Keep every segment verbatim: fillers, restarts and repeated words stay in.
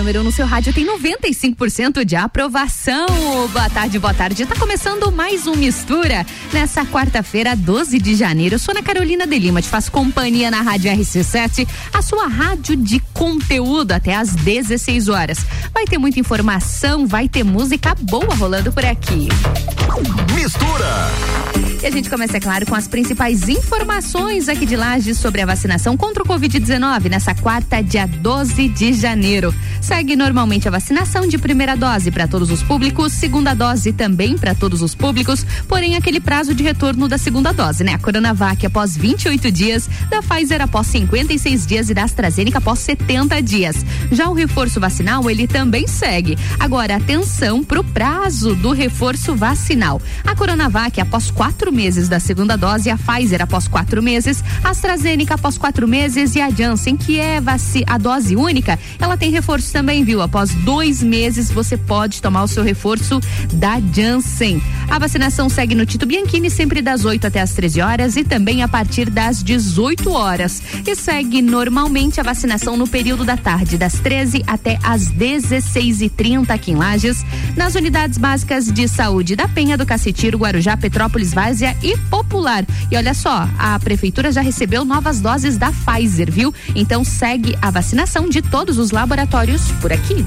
número um no seu rádio tem noventa e cinco por cento de aprovação. Boa tarde, boa tarde. Tá começando mais um Mistura nessa quarta-feira, doze de janeiro. Eu sou Ana Carolina de Lima, te faço companhia na Rádio R C sete, a sua rádio de conteúdo até às dezesseis horas. Vai ter muita informação, vai ter música boa rolando por aqui. Mistura. E a gente começa, é claro, com as principais informações aqui de Lages sobre a vacinação contra o covid dezenove nessa quarta, dia doze de janeiro. Segue normalmente a vacinação de primeira dose para todos os públicos, segunda dose também para todos os públicos, porém aquele prazo de retorno da segunda dose, né? A Coronavac após vinte e oito dias, da Pfizer após cinquenta e seis dias e da AstraZeneca após setenta dias. Já o reforço vacinal, ele também segue. Agora, atenção pro prazo do reforço vacinal. A Coronavac após quatro meses da segunda dose, a Pfizer após quatro meses, a AstraZeneca após quatro meses e a Janssen, que é vaci- a dose única, ela tem reforço também, viu? Após dois meses você pode tomar o seu reforço da Janssen. A vacinação segue no Tito Bianchini sempre das oito até as treze horas e também a partir das dezoito horas. E segue normalmente a vacinação no período da tarde, das treze até as dezesseis e trinta aqui em Lages, nas unidades básicas de saúde da Penha, do Cacetiro, Guarujá, Petrópolis, Várzea e Popular. E olha só, a prefeitura já recebeu novas doses da Pfizer, viu? Então segue a vacinação de todos os laboratórios por aqui.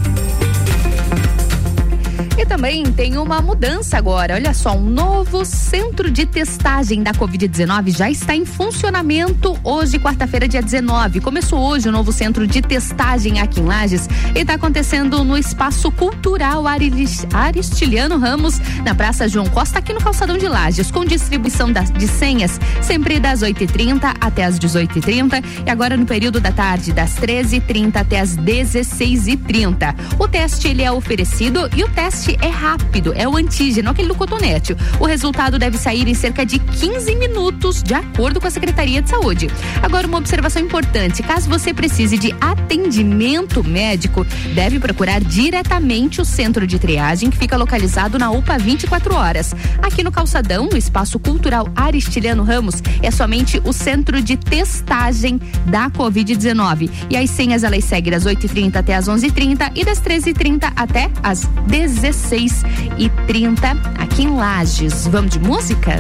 E também tem uma mudança agora, olha só, um novo centro de testagem da covid dezenove já está em funcionamento hoje, quarta-feira, dia dezenove. Começou hoje o novo centro de testagem aqui em Lages e está acontecendo no Espaço Cultural Aristiliano Ramos, na Praça João Costa, aqui no Calçadão de Lages, com distribuição das, de senhas, sempre das oito e trinta até as dezoito e trinta e agora no período da tarde, das treze e trinta até as dezesseis e trinta. O teste, ele é oferecido e o teste é rápido, é o antígeno, aquele do cotonete. O resultado deve sair em cerca de quinze minutos, de acordo com a Secretaria de Saúde. Agora, uma observação importante: caso você precise de atendimento médico, deve procurar diretamente o centro de triagem, que fica localizado na U P A vinte e quatro horas. Aqui no Calçadão, no Espaço Cultural Aristiliano Ramos, é somente o centro de testagem da covid dezenove. E as senhas, elas seguem das oito e trinta até as onze e trinta e das treze e trinta até as dezesseis e trinta aqui em Lages. Vamos de música?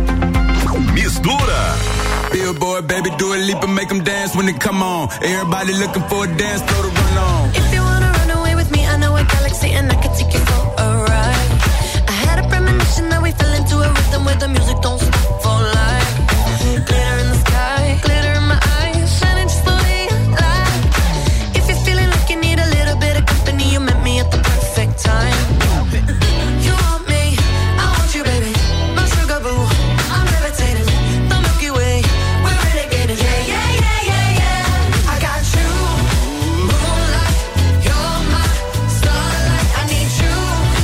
Mistura. Billboard, baby, do a leap and make them dance when they come on. Everybody looking for a dance, throw the run on. If you wanna run away with me, I know a galaxy and I can take you for a ride. I had a premonition that we fell into a rhythm where the music don't stop for life. Glitter in the sky, glitter in my eyes, shining just the way I like. If you're feeling like you need a little bit of company, you met me at the perfect time. You want me, I want you, baby. My sugar boo, I'm levitating. The Milky Way, we're renegading. Yeah, yeah, yeah, yeah, yeah. I got you, moonlight. You're my starlight. I need you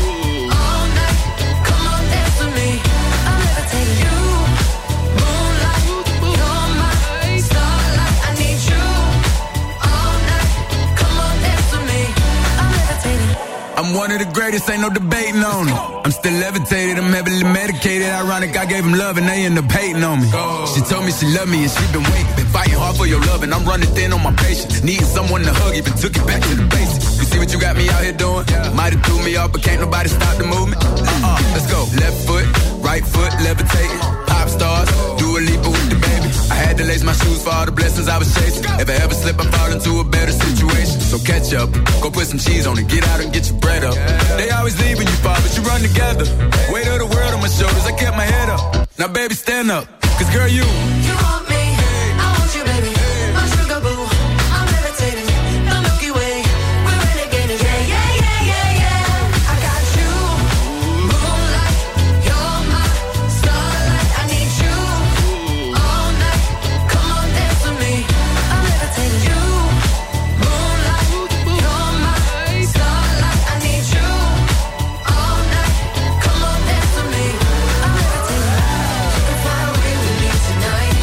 all night. Come on, dance with me. I'm levitating. You, moonlight. You're my starlight. I need you all night. Come on, dance with me. I'm levitating. I'm one of the greatest, ain't no debating on it. I'm still levitated, I'm heavily medicated. Ironic, I gave him love and they end up hating on me. She told me she loved me and she been waiting. Been fighting hard for your love and I'm running thin on my patience. Needing someone to hug, even took it back to the basics. You see what you got me out here doing? Might have threw me off, but can't nobody stop the movement. Uh-uh, let's go. Left foot, right foot, levitating. Pop stars, do a leap with the baby. I had to lace my shoes for all the blessings I was chasing. If I ever slip, I fall into a better situation. So catch up, go put some cheese on it, get out and get your bread up. They always leave when you fall, but you run together. Weight of the world on my shoulders, I kept my head up. Now baby, stand up, cause girl, you You want me, I want you, baby. My sugar boo, I'm levitating. The Milky Way, we're renegading. Yeah, yeah, yeah, yeah, yeah. I got you, moonlight. You're my starlight. I need you all night. Come on, dance with me. I'm levitating. You, moonlight. You're my starlight. I need you all night. Come on, dance with me. I'm levitating. You can fly away with me tonight.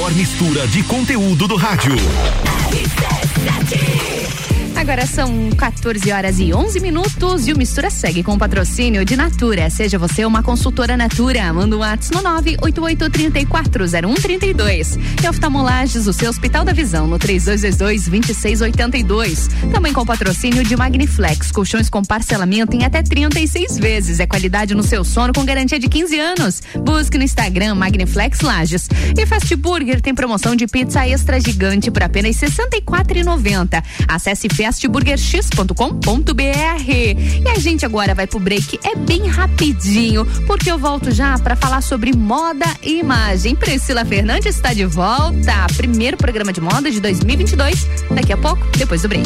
melhor mistura de conteúdo do rádio. Agora são quatorze horas e onze minutos e o Mistura segue com o patrocínio de Natura. Seja você uma consultora Natura, manda um WhatsApp no nove oito oito, três quatro zero um, três dois. E Oftalmolages, o seu Hospital da Visão, no três dois dois dois, dois seis oito dois. Também com o patrocínio de Magniflex, colchões com parcelamento em até trinta e seis vezes. É qualidade no seu sono com garantia de quinze anos. Busque no Instagram Magniflex Lages. E Fast Burger tem promoção de pizza extra gigante por apenas sessenta e quatro reais e noventa centavos. Acesse fast burger x ponto com ponto b r. E a gente agora vai pro break, é bem rapidinho, porque eu volto já para falar sobre moda e imagem. Priscila Fernandes está de volta, primeiro programa de moda de dois mil e vinte e dois, daqui a pouco, depois do break.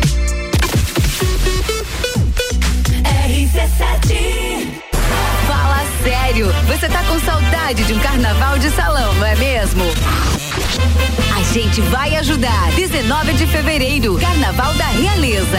R C sete. Fala sério, você tá com saudade de um carnaval de salão, não é mesmo? A gente vai ajudar. dezenove de fevereiro, Carnaval da Realeza.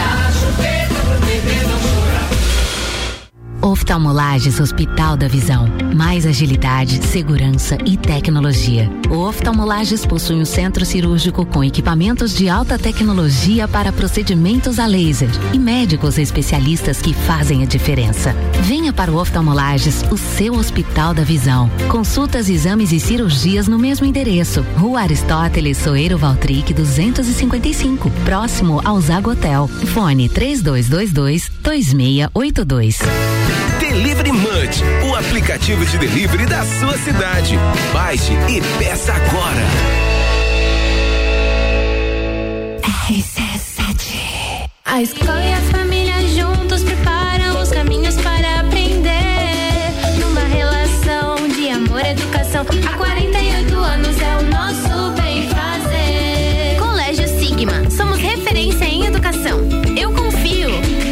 Oftalmolages Hospital da Visão. Mais agilidade, segurança e tecnologia. O Oftalmolages possui um centro cirúrgico com equipamentos de alta tecnologia para procedimentos a laser e médicos especialistas que fazem a diferença. Venha para o Oftalmolages, o seu Hospital da Visão. Consultas, exames e cirurgias no mesmo endereço. Rua Aristóteles Soeiro Valtric duzentos e cinquenta e cinco, próximo ao Zago Hotel. Fone três dois dois dois, dois seis oito dois. Delivery Munch, o aplicativo de delivery da sua cidade. Baixe e peça agora. R C sete. A escola e a família juntos preparam os caminhos para aprender. Numa relação de amor e educação, há quarenta e oito anos é o nosso bem fazer. Colégio Sigma, somos referência em educação. Eu confio.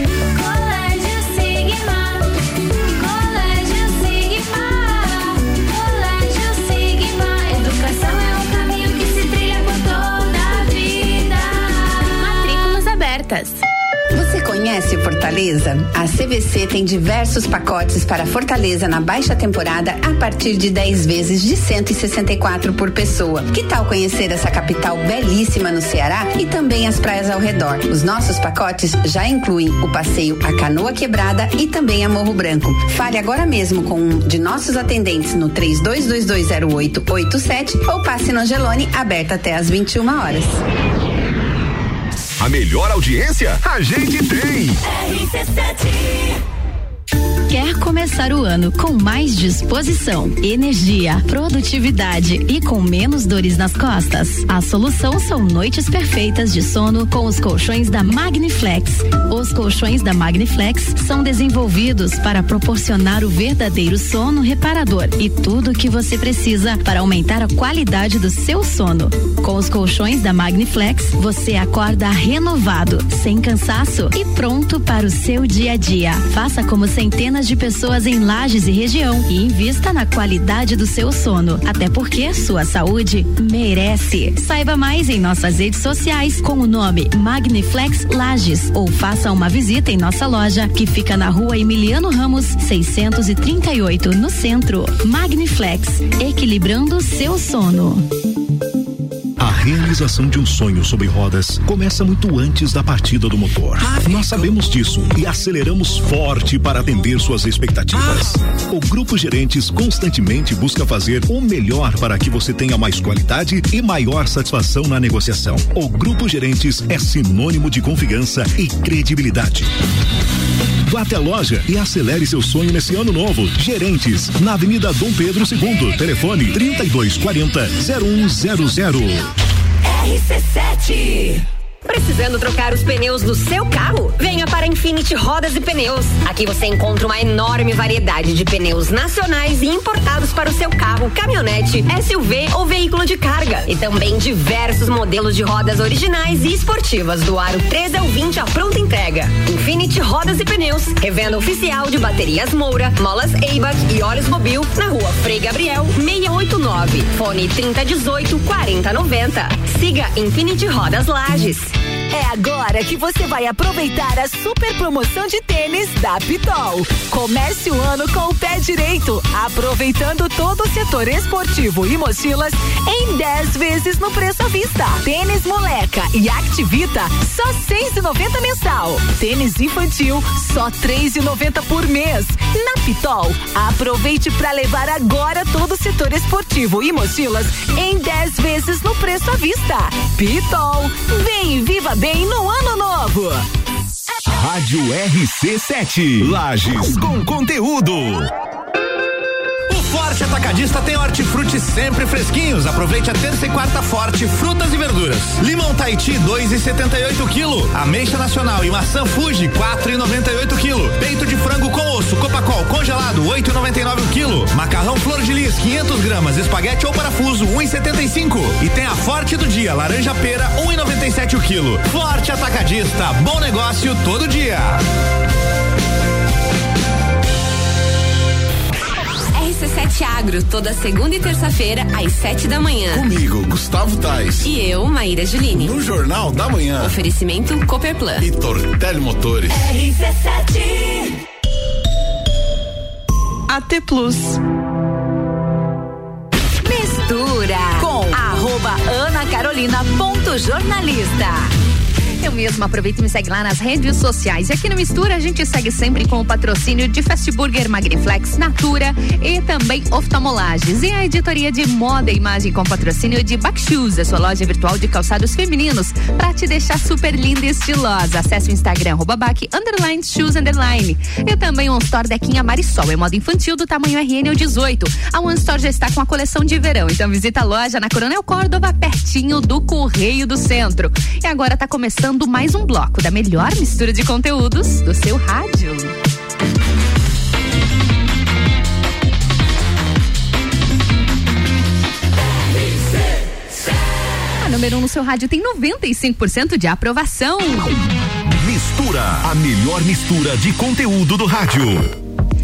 Você conhece Fortaleza? A C V C tem diversos pacotes para Fortaleza na baixa temporada a partir de dez vezes de cento e sessenta e quatro por pessoa. Que tal conhecer essa capital belíssima no Ceará e também as praias ao redor? Os nossos pacotes já incluem o passeio a Canoa Quebrada e também a Morro Branco. Fale agora mesmo com um de nossos atendentes no três dois dois dois zero oito oito sete ou passe no Angelone, aberta até às vinte e uma horas. A melhor audiência a gente tem. R C sete. Quer começar o ano com mais disposição, energia, produtividade e com menos dores nas costas? A solução são noites perfeitas de sono com os colchões da Magniflex. Os colchões da Magniflex são desenvolvidos para proporcionar o verdadeiro sono reparador e tudo o que você precisa para aumentar a qualidade do seu sono. Com os colchões da Magniflex, você acorda renovado, sem cansaço e pronto para o seu dia a dia. Faça como centenas de pessoas em Lages e região e invista na qualidade do seu sono, até porque sua saúde merece. Saiba mais em nossas redes sociais com o nome Magniflex Lages ou faça uma visita em nossa loja que fica na rua Emiliano Ramos seiscentos e trinta e oito no centro. Magniflex, equilibrando seu sono. A realização de um sonho sobre rodas começa muito antes da partida do motor. Nós sabemos disso e aceleramos forte para atender suas expectativas. O Grupo Gerentes constantemente busca fazer o melhor para que você tenha mais qualidade e maior satisfação na negociação. O Grupo Gerentes é sinônimo de confiança e credibilidade. Vá até a loja e acelere seu sonho nesse ano novo. Gerentes, na Avenida Dom Pedro segundo, telefone trinta e dois quarenta, zero um zero zero. R C sete. Precisando trocar os pneus do seu carro? Venha para Infinity Rodas e Pneus. Aqui você encontra uma enorme variedade de pneus nacionais e importados para o seu carro, caminhonete, S U V ou veículo de carga. E também diversos modelos de rodas originais e esportivas do aro treze ao vinte à pronta entrega. Infinity Rodas e Pneus, revenda oficial de baterias Moura, molas Eibach e óleos Mobil, na rua Frei Gabriel seiscentos e oitenta e nove, fone trinta dezoito, quarenta noventa. Siga Infinity Rodas Lages. É agora que você vai aproveitar a super promoção de tênis da Pitol. Comece o ano com o pé direito, aproveitando todo o setor esportivo e mochilas em dez vezes no preço à vista. Tênis Moleca e Activita, só seis e noventa mensal. Tênis infantil, só três e noventa por mês. Na Pitol, aproveite para levar agora todo o setor esportivo e mochilas em dez vezes no preço à vista. Pitol, vem e viva bem no ano novo. Rádio R C sete, Lages com conteúdo. Forte Atacadista tem hortifruti sempre fresquinhos. Aproveite a terça e quarta Forte, frutas e verduras. Limão Tahiti, dois e setenta e oito quilo. Ameixa Nacional e maçã Fuji, quatro e noventa e oito quilo. Peito de frango com osso, Copacol congelado, oito e noventa e nove quilo. Macarrão Flor de Lis, quinhentas gramas. Espaguete ou parafuso, um e setenta e cinco. E tem a Forte do dia, laranja pera, um e noventa e sete o quilo. Forte Atacadista, bom negócio todo dia. R C sete Agro, toda segunda e terça-feira, às sete da manhã. Comigo, Gustavo Tais. E eu, Maíra Juline. No Jornal da Manhã. Oferecimento Cooperplan. E Tortelli Motores. R C sete. A T Plus. Mistura com arroba Ana Carolina ponto jornalista. Eu mesma aproveito e me segue lá nas redes sociais. E aqui no Mistura a gente segue sempre com o patrocínio de Fast Burger, Magniflex, Natura e também Oftalmolages. E a editoria de moda e imagem com patrocínio de Backshoes, a sua loja virtual de calçados femininos, pra te deixar super linda e estilosa. Acesse o Instagram, arroba Bac, underline, shoes, underline. E também o One Store Dequinha Marisol, é moda infantil do tamanho R N ou dezoito. A One Store já está com a coleção de verão, então visita a loja na Coronel Córdova, pertinho do Correio do Centro. E agora tá começando mais um bloco da melhor mistura de conteúdos do seu rádio. A número um no seu rádio tem noventa e cinco por cento de aprovação. Mistura, a melhor mistura de conteúdo do rádio.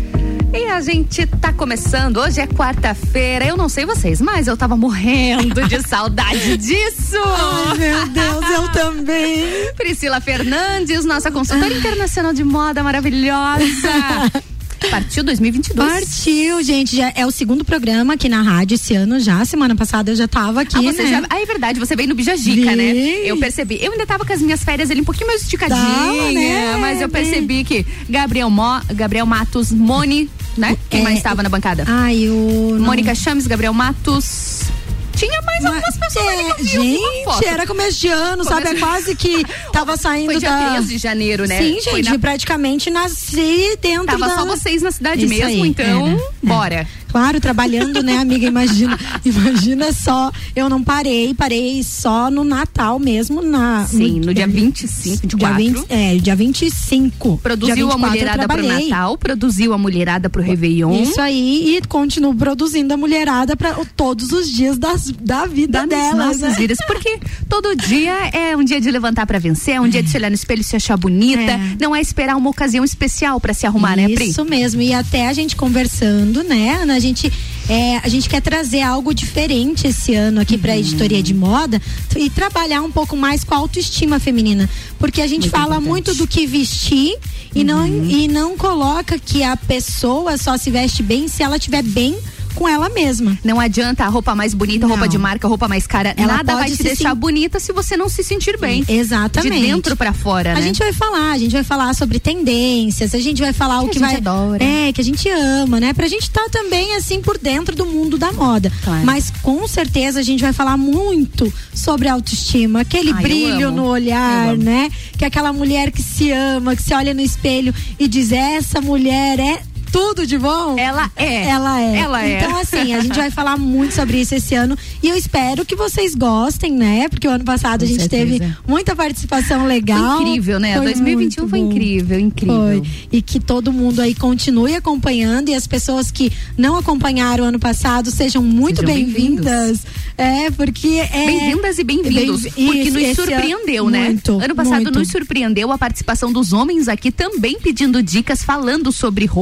E a gente tá começando, hoje é quarta-feira, eu não sei vocês, mas eu tava morrendo de saudade disso. Ai, meu Deus, eu também. Priscila Fernandes, nossa consultora internacional de moda maravilhosa. Partiu dois mil e vinte e dois. Partiu, gente, já é o segundo programa aqui na rádio esse ano já, semana passada eu já tava aqui, ah, você né? Já, ah, é verdade, você veio no Bijagica, né? Eu percebi, eu ainda tava com as minhas férias ali um pouquinho mais esticadinha, Tava, né? Mas eu percebi que Gabriel, Mo, Gabriel Matos, Moni, né? Quem é, mais estava na bancada? Ai, o... Mônica não... Chames, Gabriel Matos... Tinha mais Mas, algumas pessoas é, ali que eu vi gente, era começo de ano, começo sabe? É quase que tava saindo Foi dia da... três de janeiro, né? Sim, gente, na... praticamente nasci dentro tava da... só vocês na cidade Isso mesmo, aí, então, era, bora. É. Claro, trabalhando, né, amiga? Imagina, imagina só, eu não parei, parei só no Natal mesmo, na... Sim, no, no dia vinte e cinco, vinte e quatro. Dia vinte, é, dia vinte e cinco. Produziu dia vinte e quatro, a mulherada pro Natal, produziu a mulherada pro Réveillon. Isso aí, e continuo produzindo a mulherada pra todos os dias das, da vida das delas. Nossas né? vidas, porque todo dia é um dia de levantar pra vencer, é um é. dia de se olhar no espelho e se achar bonita, é. não é esperar uma ocasião especial pra se arrumar, Isso né, Pri? Isso mesmo, e até a gente conversando, né, Ana, a gente, é, a gente quer trazer algo diferente esse ano aqui uhum. pra editoria de moda e trabalhar um pouco mais com a autoestima feminina, porque a gente muito fala importante. muito do que vestir e, uhum. não, e não coloca que a pessoa só se veste bem se ela estiver bem com ela mesma. Não adianta a roupa mais bonita, não. roupa de marca, roupa mais cara, ela nada vai te deixar sim. bonita se você não se sentir bem. Exatamente. De dentro pra fora, né? A gente vai falar, a gente vai falar sobre tendências, a gente vai falar que o que a vai... gente adora. É, que a gente ama, né? Pra gente estar tá também, assim, por dentro do mundo da moda. Claro. Mas, com certeza, a gente vai falar muito sobre autoestima, aquele Ai, brilho no olhar, né? Que é aquela mulher que se ama, que se olha no espelho e diz, essa mulher é tudo de bom. Ela é. Ela é. Ela é. Então, assim, a gente vai falar muito sobre isso esse ano e eu espero que vocês gostem, né? Porque o ano passado Com a gente certeza. teve muita participação legal. Foi incrível, né? Foi dois mil e vinte e um foi incrível, incrível. Foi. E que todo mundo aí continue acompanhando e as pessoas que não acompanharam o ano passado sejam muito sejam bem-vindas. Bem é, porque é... Bem-vindas e bem-vindos. Bem, porque isso, nos surpreendeu, ano, né? Muito, ano passado muito. nos surpreendeu a participação dos homens aqui também pedindo dicas, falando sobre roupas, falando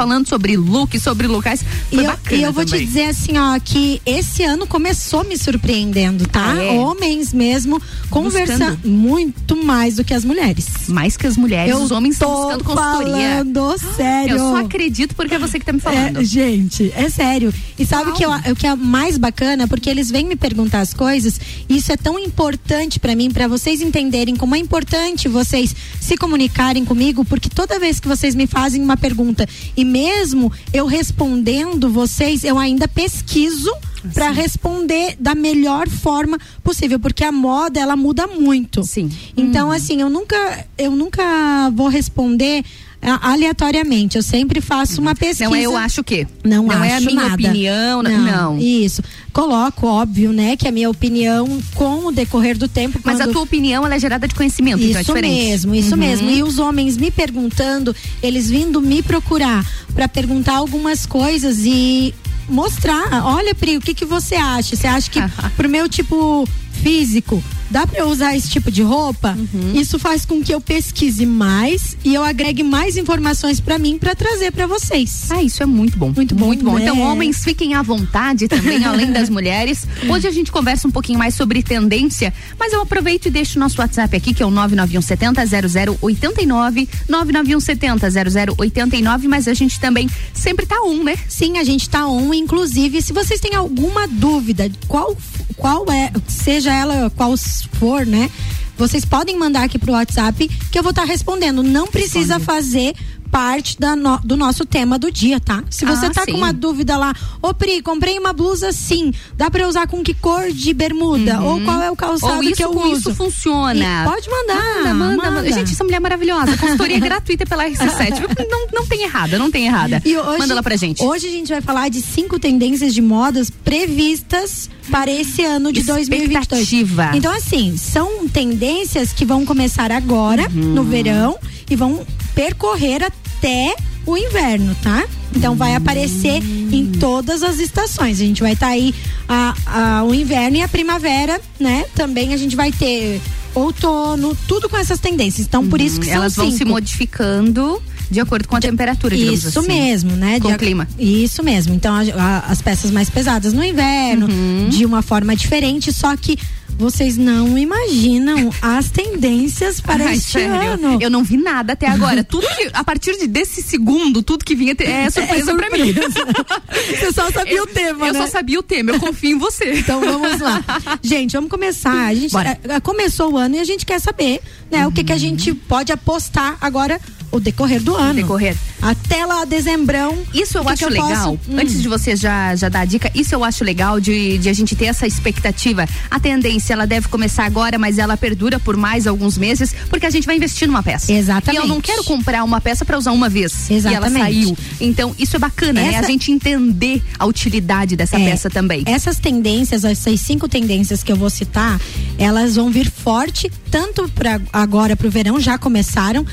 falando sobre look, sobre locais. Foi e eu, bacana e eu vou também. te dizer assim, ó, que esse ano começou me surpreendendo, tá? Ah, é? Homens mesmo conversando muito mais do que as mulheres. Mais que as mulheres, eu os homens estão buscando consultoria. Falando sério. Eu só acredito porque é você que tá me falando. É, gente, é sério. E sabe o que, eu, o que é mais bacana? Porque eles vêm me perguntar as coisas, e isso é tão importante pra mim, pra vocês entenderem como é importante vocês se comunicarem comigo, porque toda vez que vocês me fazem uma pergunta, e mesmo eu respondendo vocês, eu ainda pesquiso para responder da melhor forma possível, porque a moda ela muda muito. Sim. Então, hum. assim, eu nunca eu nunca vou responder aleatoriamente, eu sempre faço uma pesquisa. Não é eu acho o quê? Não, não acho é a minha nada. opinião, não, não. Isso. Coloco, óbvio, né, que a minha opinião com o decorrer do tempo. Mas quando... a tua opinião, ela é gerada de conhecimento, isso então é diferente. mesmo, isso uhum. mesmo. E os homens me perguntando, eles vindo me procurar para perguntar algumas coisas e mostrar. Olha, Pri, o que que você acha? Você acha que pro meu tipo físico dá pra eu usar esse tipo de roupa? Uhum. Isso faz com que eu pesquise mais e eu agregue mais informações pra mim pra trazer pra vocês. Ah, isso é muito bom. Muito bom. Muito bom. Né? Então, homens, fiquem à vontade também, além das mulheres. Hoje a gente conversa um pouquinho mais sobre tendência, mas eu aproveito e deixo o nosso WhatsApp aqui, que é o nove nove um sete zero zero zero oito nove, nove nove um sete zero zero zero oito nove, mas a gente também sempre tá on, né? Sim, a gente tá on, inclusive, se vocês têm alguma dúvida, qual, qual é, seja ela qual for, né? Vocês podem mandar aqui pro WhatsApp que eu vou estar tá respondendo. Não precisa Responde. fazer parte da no, do nosso tema do dia, tá? Se você ah, tá sim. com uma dúvida lá, ô Pri, comprei uma blusa assim, dá pra usar com que cor de bermuda? Uhum. Ou qual é o calçado ou isso, que eu ou uso? Isso funciona. E pode mandar. Manda, manda, manda. Gente, essa mulher é maravilhosa. Consultoria gratuita pela R C sete. Não, não tem errada, não tem errada. E hoje, manda lá pra gente. Hoje a gente vai falar de cinco tendências de modas previstas para esse ano de dois mil e vinte e dois. Então, assim, são tendências que vão começar agora, uhum. no verão, e vão percorrer até o inverno, tá? Então vai aparecer em todas as estações. A gente vai estar tá aí a, a, o inverno e a primavera, né? Também a gente vai ter outono, tudo com essas tendências. Então, por isso que são elas vão cinco. se modificando de acordo com a temperatura, digamos isso assim. mesmo, né? Com de o clima. Isso mesmo. Então, a, a, as peças mais pesadas no inverno, uhum. de uma forma diferente, só que vocês não imaginam as tendências para Ai, este sério? ano. Eu não vi nada até agora. Tudo que, a partir de desse segundo, tudo que vinha é surpresa, é surpresa. pra mim. Você só sabia eu, o tema, eu né? Eu só sabia o tema, eu confio em você. Então vamos lá. Gente, vamos começar. A gente a, a, começou o ano e a gente quer saber, né, uhum. o que que a gente pode apostar agora o decorrer do ano. Decorrer. Até lá, dezembrão. Isso eu que acho que eu legal. Posso... Antes hum. de você já, já dar a dica, isso eu acho legal de, de a gente ter essa expectativa. A tendência, ela deve começar agora, mas ela perdura por mais alguns meses, porque a gente vai investir numa peça. Exatamente. E eu não quero comprar uma peça pra usar uma vez. Exatamente. E ela saiu. Então, isso é bacana, essa... né? A gente entender a utilidade dessa é, peça também. Essas tendências, essas cinco tendências que eu vou citar, elas vão vir forte, tanto para agora pro verão, já começaram.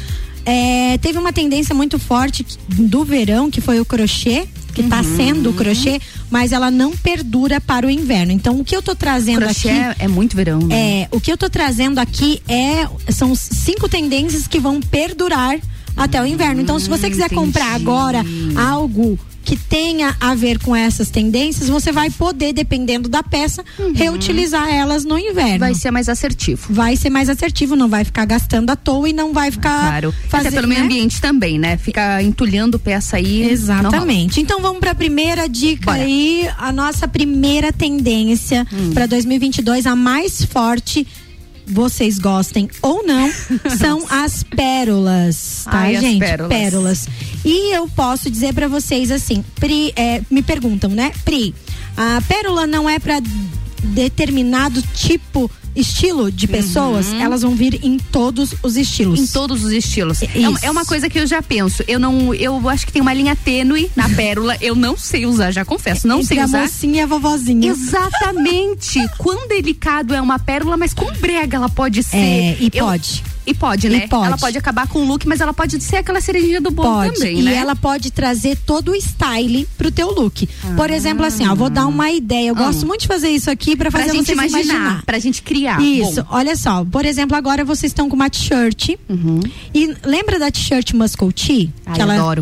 É, teve uma tendência muito forte do verão, que foi o crochê, que está uhum. sendo o crochê, mas ela não perdura para o inverno. Então, o que eu tô trazendo crochê aqui é muito verão, né? É, o que eu tô trazendo aqui é são cinco tendências que vão perdurar até o inverno. Então, se você quiser Entendi. comprar agora algo que tenha a ver com essas tendências, você vai poder, dependendo da peça, uhum. reutilizar elas no inverno. Vai ser mais assertivo. Vai ser mais assertivo, não vai ficar gastando à toa e não vai ficar... Claro, fazer, até pelo né? meio ambiente também, né? Ficar entulhando peça aí. Exatamente. Então vamos para a primeira dica. Bora. Aí, a nossa primeira tendência hum. para dois mil e vinte e dois, a mais forte, vocês gostem ou não, são as pérolas, tá, Ai, gente? As pérolas. pérolas. E eu posso dizer pra vocês assim, Pri, é, me perguntam, né? Pri, a pérola não é pra determinado tipo, estilo de pessoas, uhum. elas vão vir em todos os estilos. Em todos os estilos. É uma, é uma coisa que eu já penso. Eu não, eu acho que tem uma linha tênue na pérola. Eu não sei usar, já confesso, não Entre sei usar. A mocinha e a vovozinha. Exatamente. Quão delicado é uma pérola, mas quão brega ela pode ser. É, e eu, pode. E pode, né? E pode. Ela pode acabar com o look, mas ela pode ser aquela cerejinha do bolo pode. também, e né? E ela pode trazer todo o style pro teu look. Ah. Por exemplo, assim, ó, vou dar uma ideia. Eu ah. gosto muito de fazer isso aqui pra fazer pra gente vocês imaginar, imaginar. Pra gente criar. Isso. Bom. Olha só, por exemplo, agora vocês estão com uma t-shirt. Uhum. E lembra da t-shirt Muscle Tee? Ai, que ela, adoro.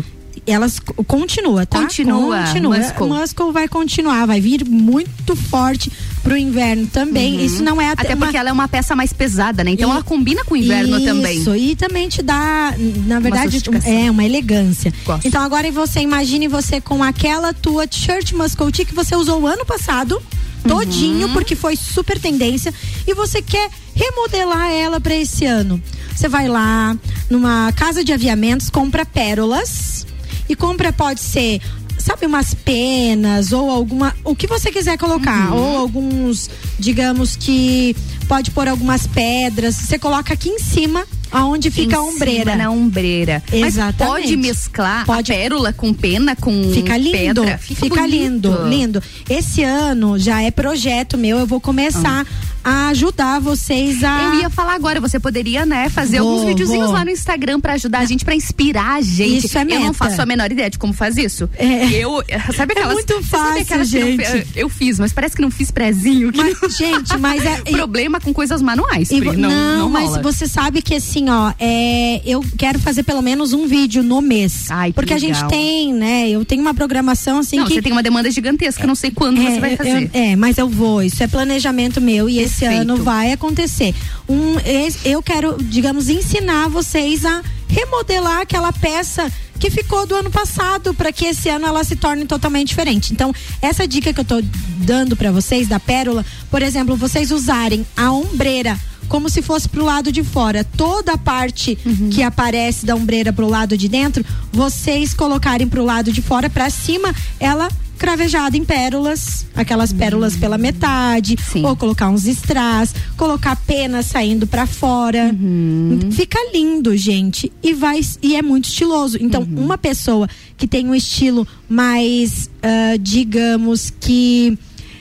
elas continua, tá? Continua. Continua. Muscle. Muscle vai continuar, vai vir muito forte pro inverno também. Uhum. Isso não é até uma... porque ela é uma peça mais pesada, né? Então e... ela combina com o inverno Isso, também. Isso, e também te dá, na verdade, uma é uma elegância. Gosto. Então agora você imagine você com aquela tua t-shirt Muscle Tee que você usou o ano passado, todinho, uhum. porque foi super tendência, e você quer remodelar ela para esse ano. Você vai lá numa casa de aviamentos, compra pérolas e compra, pode ser, sabe, umas penas ou alguma, o que você quiser colocar, uhum. ou alguns, digamos que pode pôr algumas pedras, você coloca aqui em cima, aonde fica em a ombreira. Na ombreira. Exatamente. Mas pode mesclar pode. a pérola com pena, com fica lindo, pedra. Fica, fica lindo, lindo. Esse ano já é projeto meu, eu vou começar ah. a ajudar vocês a... Eu ia falar agora, você poderia, né, fazer vou, alguns videozinhos vou. lá no Instagram pra ajudar a gente, pra inspirar a gente. Isso é meta. Eu não faço a menor ideia de como faz isso. É. Eu, sabe aquelas... É muito fácil, sabe gente. Eu, eu fiz, mas parece que não fiz prezinho. Mas, não... Gente, mas é... Problema com coisas manuais, Pri, vo... não, não, não mas rola. Você sabe que assim, ó, é, eu quero fazer pelo menos um vídeo no mês. Ai, porque legal. a gente tem, né, eu tenho uma programação assim não, que... você tem uma demanda gigantesca, é, não sei quando é, você vai fazer. Eu, é, mas eu vou, isso é planejamento meu e Perfeito. esse ano vai acontecer. Um, eu quero, digamos, ensinar vocês a remodelar aquela peça que ficou do ano passado, para que esse ano ela se torne totalmente diferente. Então, essa dica que eu tô dando para vocês da pérola, por exemplo, vocês usarem a ombreira como se fosse pro lado de fora, toda a parte uhum. que aparece da ombreira pro lado de dentro, vocês colocarem pro lado de fora, para cima, ela cravejada em pérolas, aquelas pérolas pela metade, Sim. ou colocar uns strass, colocar pena saindo pra fora. Uhum. Fica lindo, gente, e vai e é muito estiloso. Então, uhum. uma pessoa que tem um estilo mais, uh, digamos que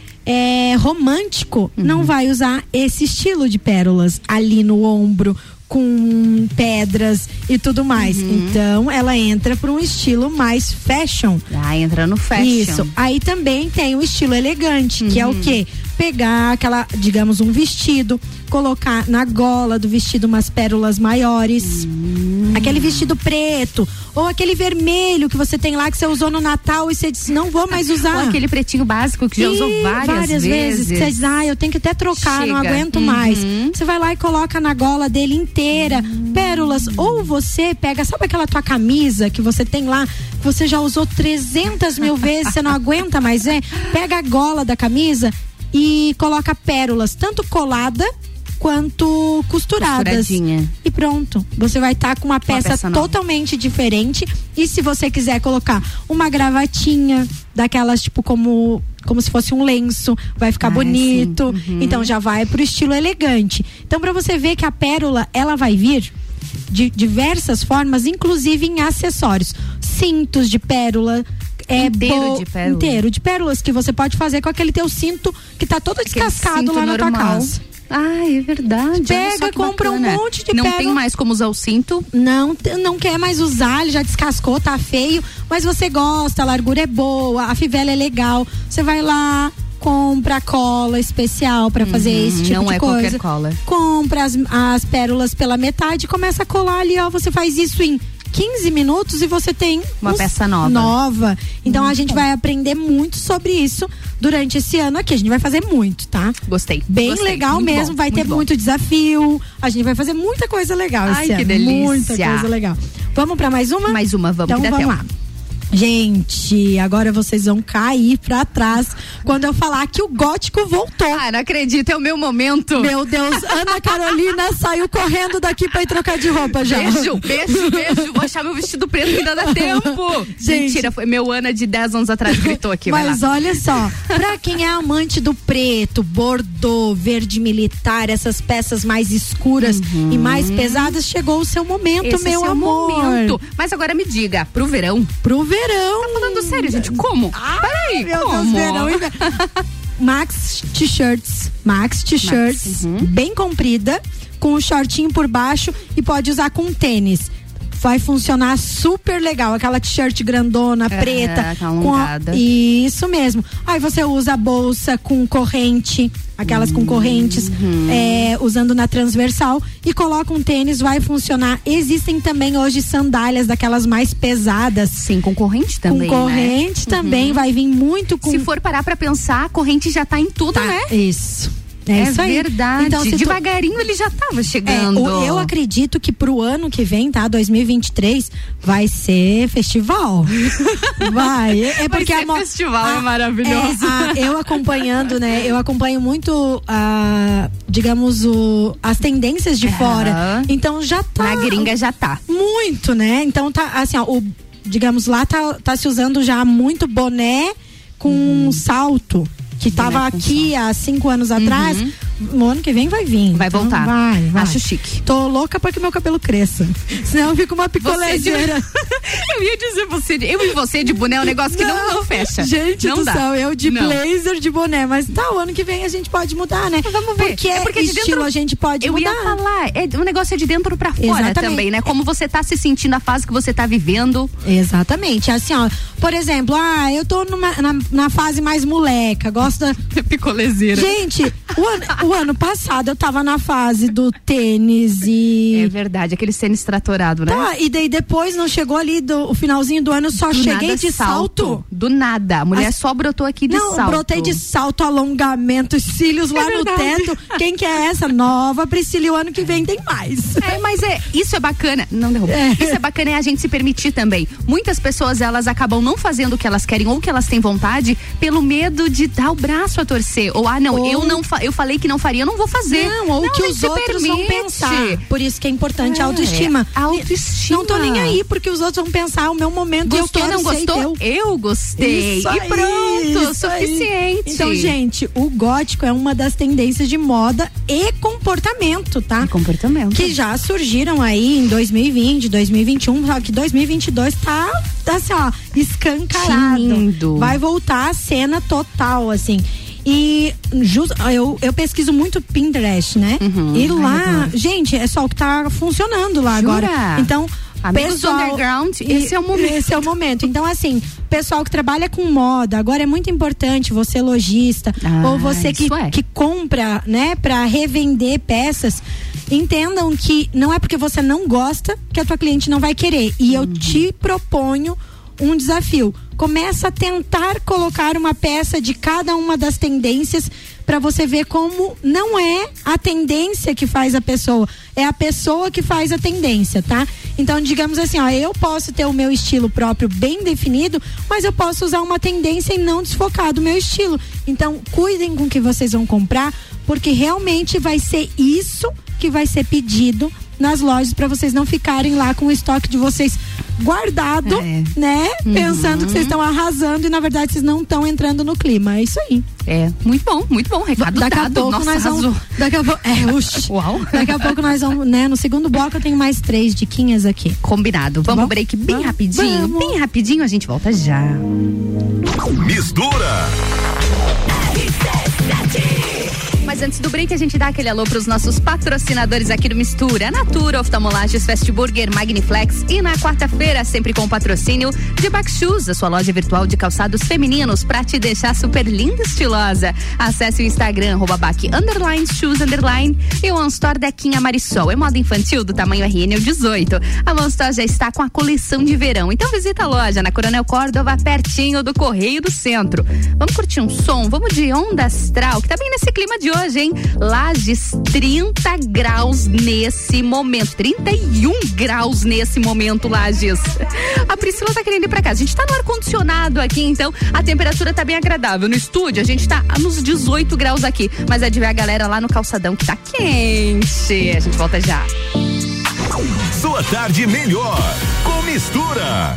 é romântico, uhum. não vai usar esse estilo de pérolas ali no ombro, com pedras e tudo mais. Uhum. Então, ela entra para um estilo mais fashion. Ah, entra no fashion. Isso. Aí também tem o estilo elegante, uhum. que é o quê? Pegar aquela, digamos, um vestido, colocar na gola do vestido umas pérolas maiores. Uhum. Aquele vestido preto, ou aquele vermelho que você tem lá que você usou no Natal e você disse, não vou mais usar. Ou aquele pretinho básico que já e usou várias, várias vezes. vezes. Você diz, ah, eu tenho que até trocar, Chega. não aguento uhum. mais. Você vai lá e coloca na gola dele inteira uhum. pérolas. Ou você pega, sabe aquela tua camisa que você tem lá, que você já usou trezentas mil vezes, você não aguenta mais ver? Pega a gola da camisa e coloca pérolas, tanto colada quanto costuradas. E pronto, você vai estar tá com uma peça, uma peça totalmente diferente. E se você quiser colocar uma gravatinha daquelas tipo como como se fosse um lenço, vai ficar ah, bonito. Uhum. Então já vai pro estilo elegante. Então, para você ver que a pérola, ela vai vir de diversas formas, inclusive em acessórios, cintos de pérola. É inteiro bo... de pérola. Inteiro de pérolas que você pode fazer com aquele teu cinto que tá todo aquele descascado lá na tua calça. Ah, é verdade. Pega, compra bacana. um monte de Não pérola. tem mais como usar o cinto? Não, não quer mais usar, ele já descascou, tá feio, mas você gosta, a largura é boa, a fivela é legal. Você vai lá, compra cola especial pra fazer uhum, esse tipo não de é coisa. Qualquer cola. Compra as, as pérolas pela metade, começa a colar ali, ó. Você faz isso em quinze minutos e você tem uma peça nova. nova. Então muito a gente bom. vai aprender muito sobre isso durante esse ano aqui. A gente vai fazer muito, tá? Gostei. Bem Gostei. legal muito mesmo. Bom, vai muito ter bom. muito desafio. A gente vai fazer muita coisa legal Ai, esse que ano. delícia. Muita coisa legal. Vamos pra mais uma? Mais uma, vamos. Então vamos lá. Gente, agora vocês vão cair pra trás quando eu falar que o gótico voltou. Ah, não acredito, é o meu momento. Meu Deus, Ana Carolina saiu correndo daqui pra ir trocar de roupa já. Beijo, beijo, beijo. Vou achar meu vestido preto que ainda dá tempo. Gente, mentira, foi meu Ana de dez anos atrás gritou aqui. Mas olha só, pra quem é amante do preto, bordô, verde militar, essas peças mais escuras uhum. e mais pesadas, chegou o seu momento, Esse meu é seu amor. Momento. Mas agora me diga, pro verão? Pro verão. Tá falando sério, gente? Como? Ah, Peraí, meu como? Deus, verão. Max T-shirts. Max T-shirts, uhum. bem comprida, com um shortinho por baixo e pode usar com tênis. vai funcionar super legal. Aquela t-shirt grandona, é, preta. Com a, isso mesmo. Aí você usa a bolsa com corrente, aquelas com correntes, uhum. é, usando na transversal, e coloca um tênis, vai funcionar. Existem também hoje sandálias daquelas mais pesadas. Sim, com corrente também. Com corrente, né? Também, uhum. Vai vir muito com... Se for parar pra pensar, a corrente já tá em tudo, tá, né? Isso. É, é verdade. Então, devagarinho tu... ele já estava chegando. É, eu acredito que pro ano que vem, tá? dois mil e vinte e três, vai ser festival. Vai. É porque vai ser a festival a, é maravilhoso. É, a, eu acompanhando, né? Eu acompanho muito, a, digamos, o, as tendências de uhum. fora. Então já tá. Na gringa já tá. Muito, né? Então tá, assim, ó, o, digamos, lá tá, tá se usando já muito boné com hum. salto. Que tava aqui há cinco anos atrás, uhum. no ano que vem vai vir. Vai então voltar. Vai, vai. Acho chique. Tô louca pra que meu cabelo cresça. Senão eu fico uma picolezeira. De... eu ia dizer você, de... eu e você de boné é um negócio que não, não, não fecha. Gente não do dá. céu, eu de não. blazer de boné. Mas tá, o ano que vem a gente pode mudar, né? Mas vamos ver. Porque, é porque estilo de dentro... a gente pode eu mudar. Eu ia falar, é, o negócio é de dentro pra fora. Exatamente. Também, né? Como você tá se sentindo, a fase que você tá vivendo. Exatamente. Assim, ó, por exemplo, ah, eu tô numa, na, na fase mais moleca, gosto da... Picolezeira. Gente, o ano, o ano passado eu tava na fase do tênis e... É verdade, aquele tênis tratorado, né? Tá, e daí depois não chegou ali do o finalzinho do ano, só do cheguei de salto. salto. Do nada, a mulher As... só brotou aqui de não, salto. Não, brotei de salto, alongamento, cílios lá é no teto. Quem que é essa? Nova Priscila, o ano que vem tem mais. É, mas é, isso é bacana, não derruba. É. Isso é bacana, é a gente se permitir também. Muitas pessoas, elas acabam não fazendo o que elas querem ou o que elas têm vontade pelo medo de dar o braço a torcer. Ou, ah, não, ou... eu não fa- eu falei que não faria, eu não vou fazer. Não, ou não, que os outros vão pensar. Por isso que é importante é, a autoestima. A autoestima. Não tô nem aí, porque os outros vão pensar o meu momento. Gostou, eu quero não gostou? Teu. Eu gostei. Isso e aí, pronto, suficiente. Aí. Então, gente, o gótico é uma das tendências de moda e comportamento, tá? E comportamento. Que já surgiram aí em dois mil e vinte, dois mil e vinte e um, só que dois mil e vinte e dois tá, tá assim, ó, escancarado. Lindo. Vai voltar a cena total, assim. E just, eu, eu pesquiso muito Pinterest, né? Uhum, e lá, ai, gente, é só o que tá funcionando lá. Jura? Agora. Então, Amigos pessoal, do underground, esse é o momento. Esse é o momento. Então, assim, pessoal que trabalha com moda, agora é muito importante, você lojista, ah, ou você que, é. que compra, né, pra revender peças, entendam que não é porque você não gosta que a tua cliente não vai querer. E eu uhum. te proponho um desafio. Começa a tentar colocar uma peça de cada uma das tendências para você ver como não é a tendência que faz a pessoa, é a pessoa que faz a tendência, tá? Então, digamos assim, ó, eu posso ter o meu estilo próprio bem definido, mas eu posso usar uma tendência e não desfocar do meu estilo. Então, cuidem com o que vocês vão comprar, porque realmente vai ser isso que vai ser pedido nas lojas, para vocês não ficarem lá com o estoque de vocês guardado, é. né? Uhum. Pensando que vocês estão arrasando e na verdade vocês não estão entrando no clima. É isso aí. É, muito bom, muito bom. Recado daqui dado. A pouco Nossa, nós vamos, daqui a pouco, é, uxi. Uau. Daqui a pouco nós vamos, né? No segundo bloco eu tenho mais três diquinhas aqui. Combinado. Vamos Bom? break bem vamos. rapidinho. Vamos. Bem rapidinho, a gente volta já. Mistura. Mas antes do break, a gente dá aquele alô pros nossos patrocinadores aqui do Mistura: Natura, Oftalmolages, Fast Burger, Magniflex. E na quarta-feira, sempre com o patrocínio de Back Shoes, a sua loja virtual de calçados femininos, pra te deixar super linda e estilosa. Acesse o Instagram, arroba Back, underline, shoes, underline. E o One Store Dequinha Marisol. É moda infantil do tamanho R N dezoito. A One Store já está com a coleção de verão. Então visita a loja na Coronel Córdova, pertinho do Correio do Centro. Vamos curtir um som? Vamos de Onda Astral, que tá bem nesse clima de hoje. Hoje, hein? Lages, trinta graus nesse momento. trinta e um graus nesse momento, Lages. A Priscila tá querendo ir pra casa. A gente tá no ar-condicionado aqui, então a temperatura tá bem agradável. No estúdio, a gente tá nos dezoito graus aqui. Mas é de ver a galera lá no calçadão que tá quente. A gente volta já. Sua tarde melhor com Mistura.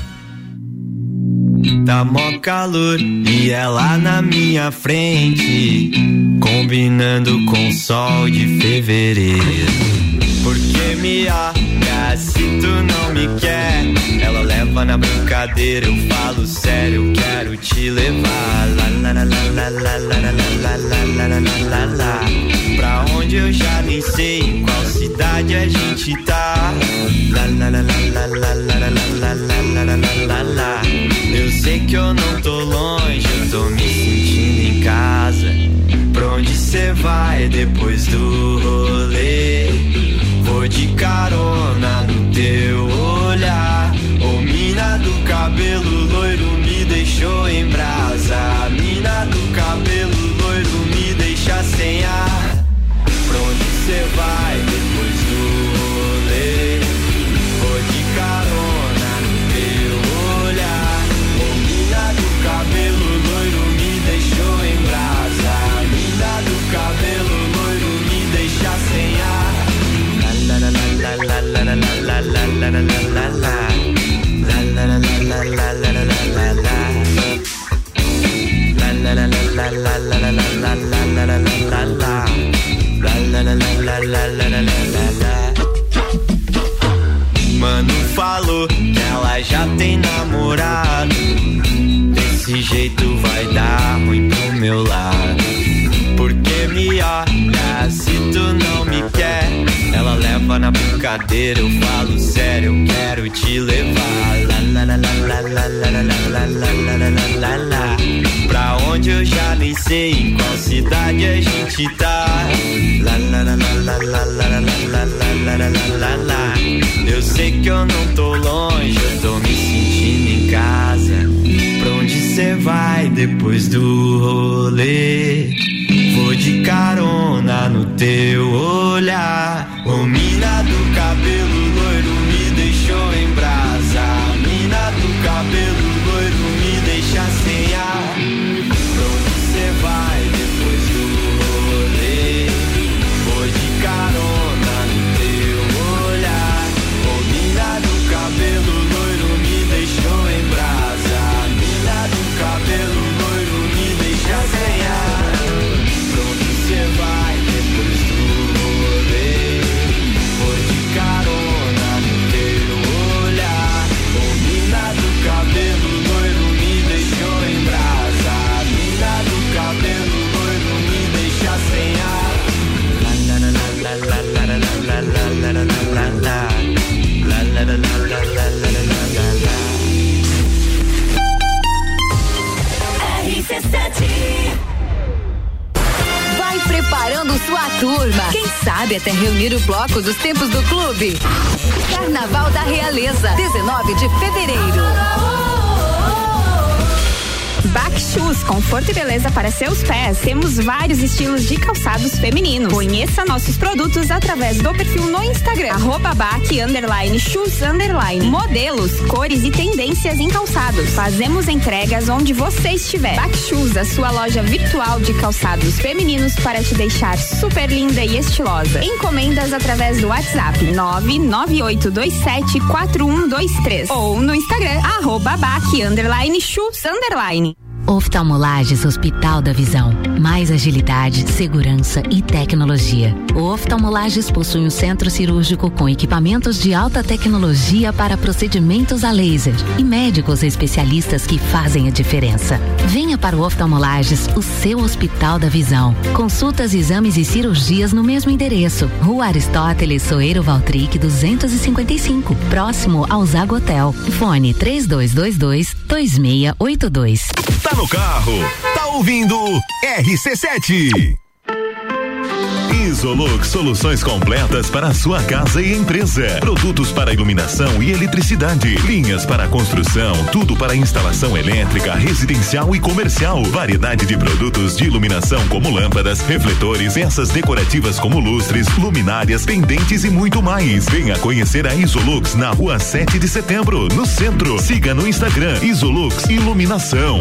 Tá mó calor e ela na minha frente, combinando com o sol de fevereiro. Porque me olha se tu não me quer, ela leva na brincadeira. brincadeira, eu falo sério, eu quero te levar. Lá, lá, lá, lá, lá, lá, lá, lá, lá, lá, lá, lá. Pra onde eu já nem sei, em qual cidade a gente tá. Lá, lá, lá, lá, lá, lá, lá, lá, lá, lá, lá, lá, lá. Eu sei que eu não tô longe, eu tô me sentindo em casa. Pra onde cê vai depois do rolê? Vou de carona no teu olhar. Ô mina do cabelo loiro me deixou em brasa. A mina do cabelo loiro me deixa sem ar. Pra onde cê vai depois do rolê? Vou de carona no teu olhar. Ô mina do cabelo loiro me deixou em brasa. A mina do cabelo loiro me deixa sem ar. La la la la la la la la la la la la la. La la la la la la la la la la. La la la la la la la la la la la la la la. La la la la la la la la la la. Mano falou que ela já tem namorado. Desse jeito vai dar ruim pro meu lado. Porque me olha se tu não me quer. Ela leva na brincadeira, eu falo sério, eu quero te levar. Lá, lá, lá, lá, lá, lá, lá, lá, lá, lá, lá, lá, lá. Pra onde eu já nem sei, em qual cidade a gente tá. Lá, lá, lá, lá, lá, lá, lá, lá, lá, lá, lá, lá, lá. Eu sei que eu não tô longe, eu tô me sentindo em casa. Pra onde cê vai depois do rolê? Vou de carona no teu olhar. Ô mina do cabelo loiro me deixou em brasa. A mina do cabelo loiro me deixa sem ar. Pra onde cê vai depois do rolê? Vou de carona no teu olhar. Ô mina do cabelo loiro me deixou em brasa. A mina do cabelo loiro me deixa sem ar. Você vai depois do rolê? Vou de carona no teu olhar. Ô mina do cabelo loiro me deixou em brasa. A mina do cabelo loiro me deixa sem ar. La la la la la la la la la la la la la. La la la la la la la la la. R C sete preparando sua turma. Quem sabe até reunir o bloco dos tempos do clube. Carnaval da Realeza, dezenove de fevereiro. Bac Shoes, conforto e beleza para seus pés. Temos vários estilos de calçados femininos. Conheça nossos produtos através do perfil no Instagram, arroba Bac underline shoes underline. Modelos, cores e tendências em calçados. Fazemos entregas onde você estiver. Bac Shoes, a sua loja virtual de calçados femininos para te deixar super linda e estilosa. Encomendas através do WhatsApp nove nove oito dois sete quatro um dois três ou no Instagram, arroba Bac underline shoes underline. Oftalmolages Hospital da Visão. Mais agilidade, segurança e tecnologia. O Oftalmolages possui um centro cirúrgico com equipamentos de alta tecnologia para procedimentos a laser e médicos especialistas que fazem a diferença. Venha para o Oftalmolages, o seu Hospital da Visão. Consultas, exames e cirurgias no mesmo endereço. Rua Aristóteles Soeiro Valtric duzentos e cinquenta e cinco, próximo ao Zago Hotel. Fone três dois dois dois, dois seis oito dois. Tá no carro, tá ouvindo R C sete. Isolux, soluções completas para a sua casa e empresa. Produtos para iluminação e eletricidade. Linhas para construção, tudo para instalação elétrica, residencial e comercial. Variedade de produtos de iluminação como lâmpadas, refletores, peças decorativas como lustres, luminárias, pendentes e muito mais. Venha conhecer a Isolux na rua sete de setembro, no centro. Siga no Instagram Isolux Iluminação.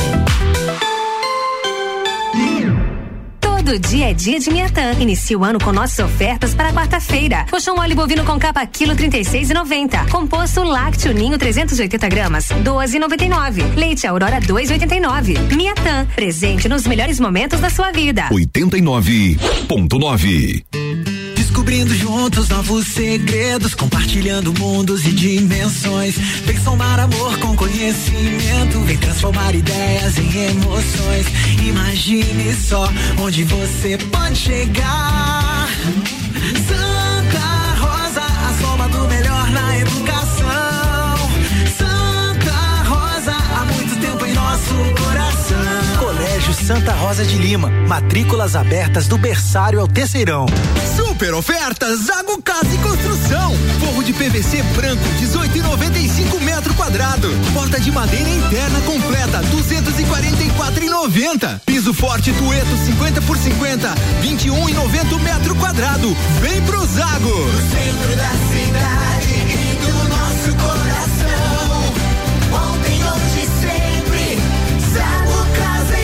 Todo dia é dia de Miatã. Inicie o ano com nossas ofertas para quarta-feira. Colchão mole bovino com capa quilo trinta e seis e noventa. Composto lácteo ninho trezentos e oitenta gramas, doze e noventa e nove. Leite Aurora dois e oitenta e nove. Miatã, presente nos melhores momentos da sua vida. oitenta e nove ponto nove. descobrindo juntos novos segredos, compartilhando mundos e dimensões. Vem somar amor com conhecimento, vem transformar ideias em emoções. Imagine só onde você pode chegar. Santa Rosa, a soma do melhor na educação. Santa Rosa, há muito tempo em nosso coração. Colégio Santa Rosa de Lima, matrículas abertas do berçário ao terceirão. Super ofertas Zago Casa e Construção. Forro de P V C branco dezoito e noventa e cinco metro quadrado. Porta de madeira interna completa duzentos e quarenta e quatro e noventa. Piso forte Dueto cinquenta por cinquenta vinte e um e noventa metro quadrado. Vem pro Zago. No centro da cidade e do nosso coração. Ontem, hoje, sempre. Zago Casa e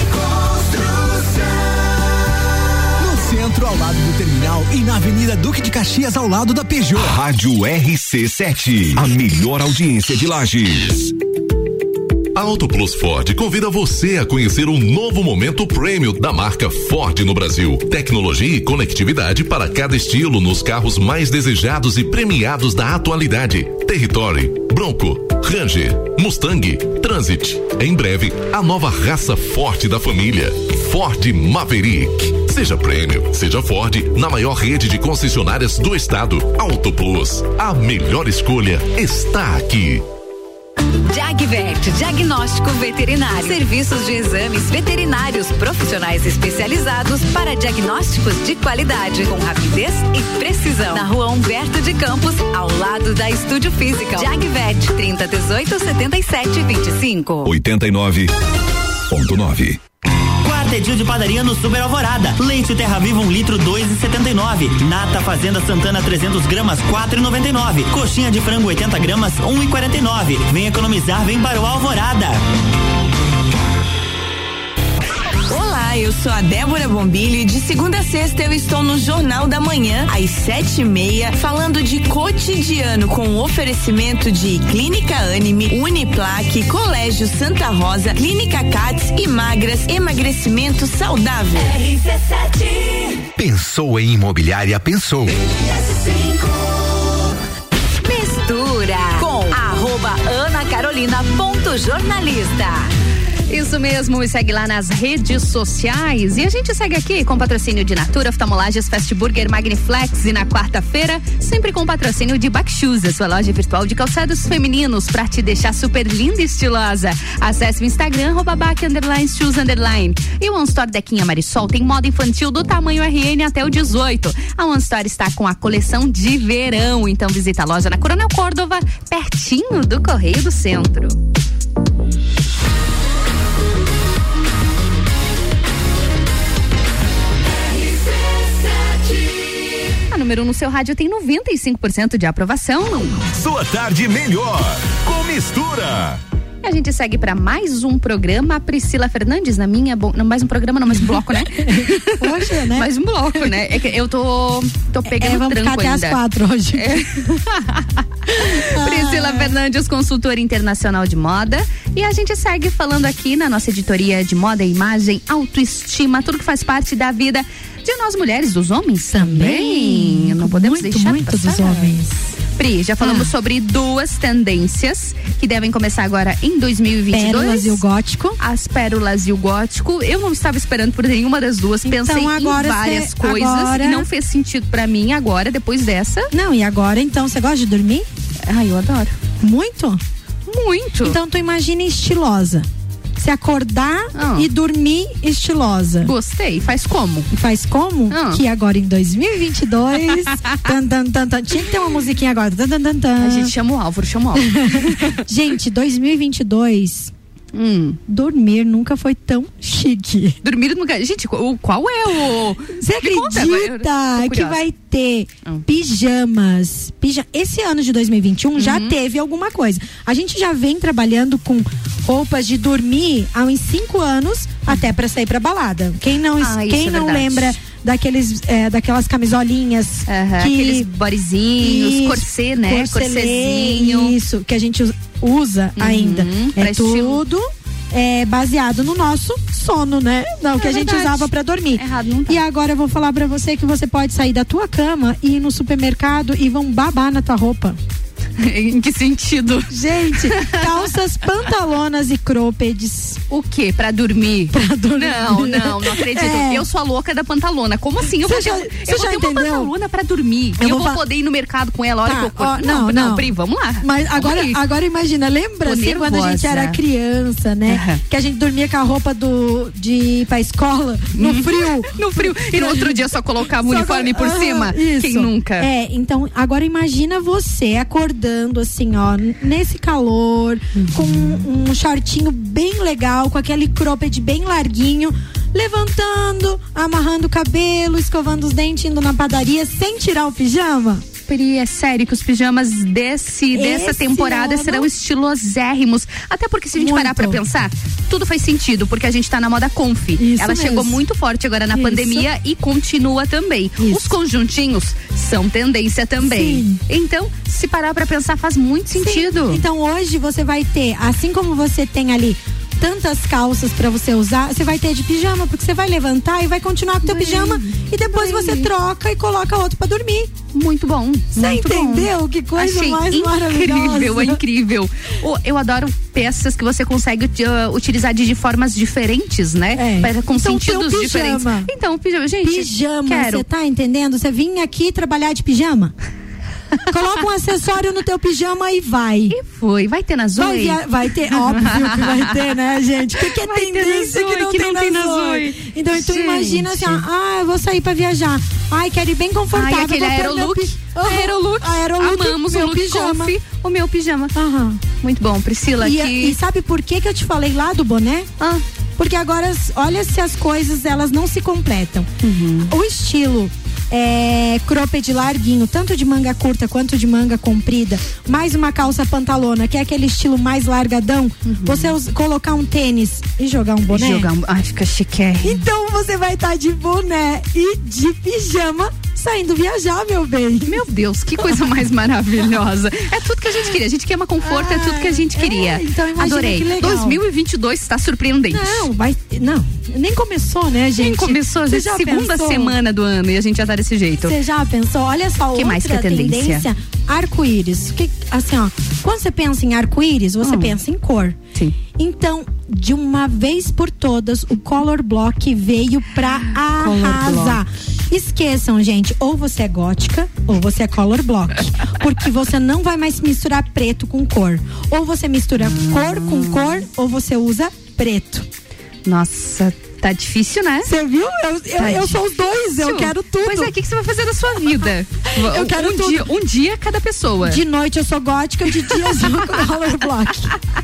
Construção. Centro, ao lado do terminal, e na Avenida Duque de Caxias, ao lado da Peugeot. Rádio R C sete, a melhor audiência de Lages. A Auto Plus Ford convida você a conhecer um novo momento prêmio da marca Ford no Brasil. Tecnologia e conectividade para cada estilo nos carros mais desejados e premiados da atualidade. Territory, Bronco, Ranger, Mustang, Transit. Em breve, a nova raça forte da família, Ford Maverick. Seja prêmio, seja Ford, na maior rede de concessionárias do estado. Auto Plus, a melhor escolha está aqui. Jagvet, diagnóstico veterinário. Serviços de exames veterinários profissionais especializados para diagnósticos de qualidade, com rapidez e precisão. Na rua Humberto de Campos, ao lado da Estúdio Physical. Jagvet, trinta, dezoito, setenta e sete, vinte e cinco. oitenta e nove ponto nove. Quarta é dia de padaria no Super Alvorada. Leite Terra Viva um litro, dois e setenta e nove. Nata Fazenda Santana trezentos gramas, quatro e noventa e nove. Coxinha de frango oitenta gramas, um e quarenta e nove. Vem economizar, vem para o Alvorada. Olá, eu sou a Débora Bombilho e de segunda a sexta eu estou no Jornal da Manhã, às sete e meia, falando de cotidiano com oferecimento de Clínica Anime, Uniplaque, Colégio Santa Rosa, Clínica Cats e Magras, emagrecimento saudável. R C sete. Pensou em imobiliária, pensou. Mistura com arroba Ana Carolina ponto jornalista. Isso mesmo, me segue lá nas redes sociais. E a gente segue aqui com patrocínio de Natura, Oftalmolages, Fast Burger, Magniflex. E na quarta-feira, sempre com patrocínio de Bakshoes, a sua loja virtual de calçados femininos, pra te deixar super linda e estilosa. Acesse o Instagram, arroba Bak, underline, shoes, underline. E o One Store Dequinha Marisol tem moda infantil do tamanho R N até o dezoito. A One Store está com a coleção de verão. Então visita a loja na Coronel Córdova, pertinho do Correio do Centro. A número um no seu rádio tem noventa e cinco por cento de aprovação. Sua tarde melhor com Mistura. A gente segue para mais um programa. A Priscila Fernandes, na minha. Bo... Não, mais um programa, não, mais um bloco, né? Poxa, né? Mais um bloco, né? É que eu tô, tô pegando é, vamos tranco ficar até ainda. às quatro hoje. É. Priscila Fernandes, consultora internacional de moda. E a gente segue falando aqui na nossa editoria de moda e imagem, autoestima, tudo que faz parte da vida de nós mulheres, dos homens também. também. Não podemos muito, deixar muito passar. dos homens. Pri, já falamos ah. sobre duas tendências que devem começar agora em dois mil e vinte e dois. Pérolas e o gótico. As pérolas e o gótico. Eu não estava esperando por nenhuma das duas. Então, pensei agora em várias cê, coisas agora... e não fez sentido pra mim agora, depois dessa. Não, e agora então, você gosta de dormir? Ah, eu adoro. Muito? Muito. Então tu imagina estilosa. Se acordar ah. e dormir estilosa. Gostei. Faz como? Faz como? Ah. Que agora em dois mil e vinte e dois tan, tan, tan, tan, tinha que ter uma musiquinha agora. Tan, tan, tan, tan. A gente chama o Álvaro, chama o Álvaro. Gente, dois mil e vinte e dois Hum. Dormir nunca foi tão chique. Dormir nunca. Gente, o, qual é o. Você acredita que vai ter hum. pijamas? Pija... Esse ano de dois mil e vinte e um uhum. já teve alguma coisa. A gente já vem trabalhando com roupas de dormir há uns cinco anos uhum. até pra sair pra balada. Quem não, ah, quem não é lembra daqueles, é, daquelas camisolinhas, uhum, que... aqueles bodyzinhos, isso, corset, né? Corsetzinho. Isso, que a gente usa uhum, ainda. É tudo é, baseado no nosso sono, né? Não, é que a gente usava pra dormir. Errado não tá. E agora eu vou falar pra você que você pode sair da tua cama e ir no supermercado e vão babar na tua roupa. Em que sentido? Gente, calças, pantalonas e croppeds. O quê? Pra dormir? Pra dormir. Não, não, não acredito. É. Eu sou a louca da pantalona. Como assim? Eu Cê vou já, ter, eu vou ter uma pantalona pra dormir. Eu e eu vou, vou poder ir no mercado com ela a hora tá, que eu for. ó, não, não, não, não, Pri, vamos lá. Mas agora, vamos agora imagina, lembra assim, quando a gente era criança, né? Uhum. Que a gente dormia com a roupa do, de ir pra escola, no uhum. frio. No frio. E no outro dia só colocava o uniforme por uhum, cima. Isso. Quem nunca? É, então agora imagina você acordando assim, ó, nesse calor, uhum. com um shortinho bem legal, com aquele cropped bem larguinho, levantando, amarrando o cabelo, escovando os dentes, indo na padaria sem tirar o pijama. É sério que os pijamas desse, dessa Esse temporada ano... serão estilosérrimos. Até porque se a gente muito. parar pra pensar, tudo faz sentido, porque a gente tá na moda conf. Isso Ela mesmo. chegou muito forte agora na Isso. pandemia e continua também. Isso. Os conjuntinhos são tendência também. Sim. Então, se parar pra pensar, faz muito sentido. Sim. Então hoje você vai ter, assim como você tem ali tantas calças pra você usar, você vai ter de pijama, porque você vai levantar e vai continuar com o teu pijama e depois você troca e coloca outro pra dormir. Muito bom. Você entendeu? Bom. Que coisa Achei mais incrível, maravilhosa. Incrível, é incrível. Eu adoro peças que você consegue uh, utilizar de, de formas diferentes, né? É. Para, com então, sentidos pijama. diferentes. Então, pijama, gente. Pijama, quero. Você tá entendendo? Você vinha aqui trabalhar de pijama? Coloca um acessório no teu pijama e vai. E foi. Vai ter na Zoe? Vai, via, vai ter, óbvio que vai ter, né, gente? O que, que é vai tendência Zoe, que não, que tem, não tem na Zoe? Zoe? Então, gente. Tu imagina assim, ah, eu vou sair pra viajar. Ai, quero ir bem confortável. Ai, aquele aerolook. Pi... Uhum. Aerolook. Aerolook. Amamos o look pijama. Conf, o meu pijama. Uhum. Muito bom, Priscila. E, que... e sabe por que que eu te falei lá do boné? Ah. Porque agora, olha se as coisas, elas não se completam. Uhum. O estilo é, cropped larguinho, tanto de manga curta quanto de manga comprida, mais uma calça pantalona, que é aquele estilo mais largadão, uhum. você us, colocar um tênis e jogar um boné. Jogar um, ai, fica chiquérrimo. Então você vai estar tá de boné e de pijama saindo viajar, meu bem. Meu Deus, que coisa mais maravilhosa. É tudo que a gente queria. A gente quer uma conforto, ai, é tudo que a gente queria. É, então adorei. dois mil e vinte e dois está surpreendente. Não, vai, não, nem começou, né, gente? Nem começou, gente. Segunda pensou? semana do ano e a gente já tá desse jeito. Você já pensou? Olha só, que outra mais que é tendência? tendência, arco-íris. Que, assim, ó, quando você pensa em arco-íris, você hum. pensa em cor. Sim. Então, de uma vez por todas, o Color Block veio pra arrasar. Esqueçam, gente, ou você é gótica ou você é Color Block, porque você não vai mais misturar preto com cor. Ou você mistura hum. cor com cor, ou você usa preto. Nossa, tá difícil, né? Você viu? Eu, tá eu, eu sou os dois, eu quero tudo. Pois é, o que, que você vai fazer da sua vida? Eu quero um tudo. Dia, um dia cada pessoa. De noite eu sou gótica, de dia eu sou Color Block.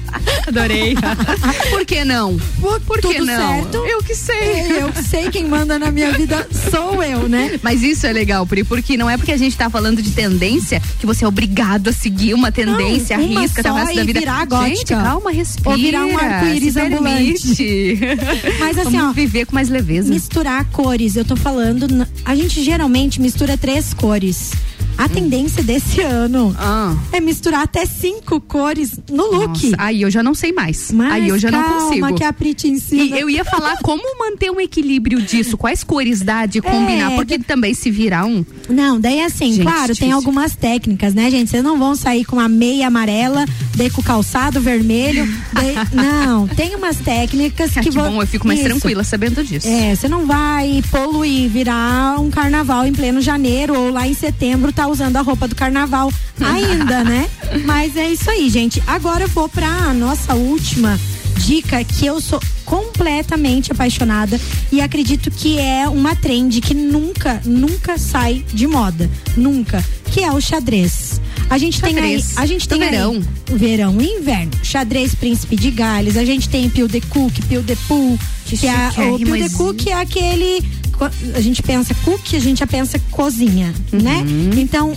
Adorei. Por que não? Por, Por que tudo não? certo. Eu que sei. Eu que sei, quem manda na minha vida sou eu, né? Mas isso é legal, Pri, porque não é porque a gente tá falando de tendência que você é obrigado a seguir uma tendência, não, arrisca até o resto da vida. Virar gótica. Gente, calma, respira. Ou virar um arco-íris ambulante. Mas assim, Vamos ó, viver com mais leveza. Misturar cores, eu tô falando, a gente geralmente mistura três cores. A tendência desse ano ah. é misturar até cinco cores no look. Nossa, aí eu já não sei mais. Mas aí eu já calma, não consigo. Que a Pri te ensina. E eu ia falar como manter um equilíbrio disso, quais cores dá de combinar, é, porque de... também se virar um... Não, daí assim, gente, claro, difícil. Tem algumas técnicas, né, gente? Vocês não vão sair com a meia amarela, daí com o calçado vermelho, daí... não, tem umas técnicas ah, que... que bom, eu fico mais Isso. tranquila sabendo disso. É, você não vai poluir, virar um carnaval em pleno janeiro ou lá em setembro, tá usando a roupa do carnaval ainda, né? Mas é isso aí, gente. Agora eu vou pra nossa última dica, que eu sou completamente apaixonada e acredito que é uma trend que nunca, nunca sai de moda. Nunca. Que é o xadrez. A gente xadrez. tem aí, a gente tem verão. Aí, verão e inverno. Xadrez Príncipe de Gales, a gente tem Pio de Cook, Pio de Pool, que, que é, o Pio de Cook é aquele, a gente pensa cook, a gente já pensa cozinha, uhum. né? Então,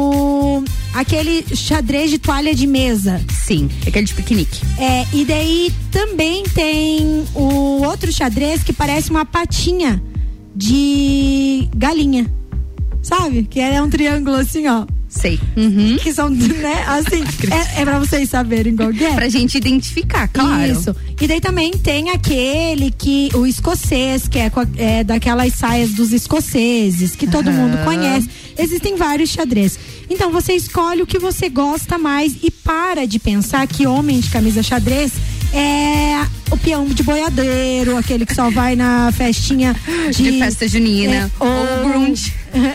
o aquele xadrez de toalha de mesa. Sim, aquele de piquenique. É, e daí também tem o outro xadrez que parece uma patinha de galinha. Sabe? Que é um triângulo assim, ó. Sei. Uhum. Que são, né, assim, é, é pra vocês saberem qual que é. Pra gente identificar, claro. Isso. E daí também tem aquele que, o escocês, que é, é daquelas saias dos escoceses, que todo uhum. mundo conhece. Existem vários xadrez. Então você escolhe o que você gosta mais e para de pensar que homem de camisa xadrez é o peão de boiadeiro, aquele que só vai na festinha de, de festa junina, é, ou, ou brunch.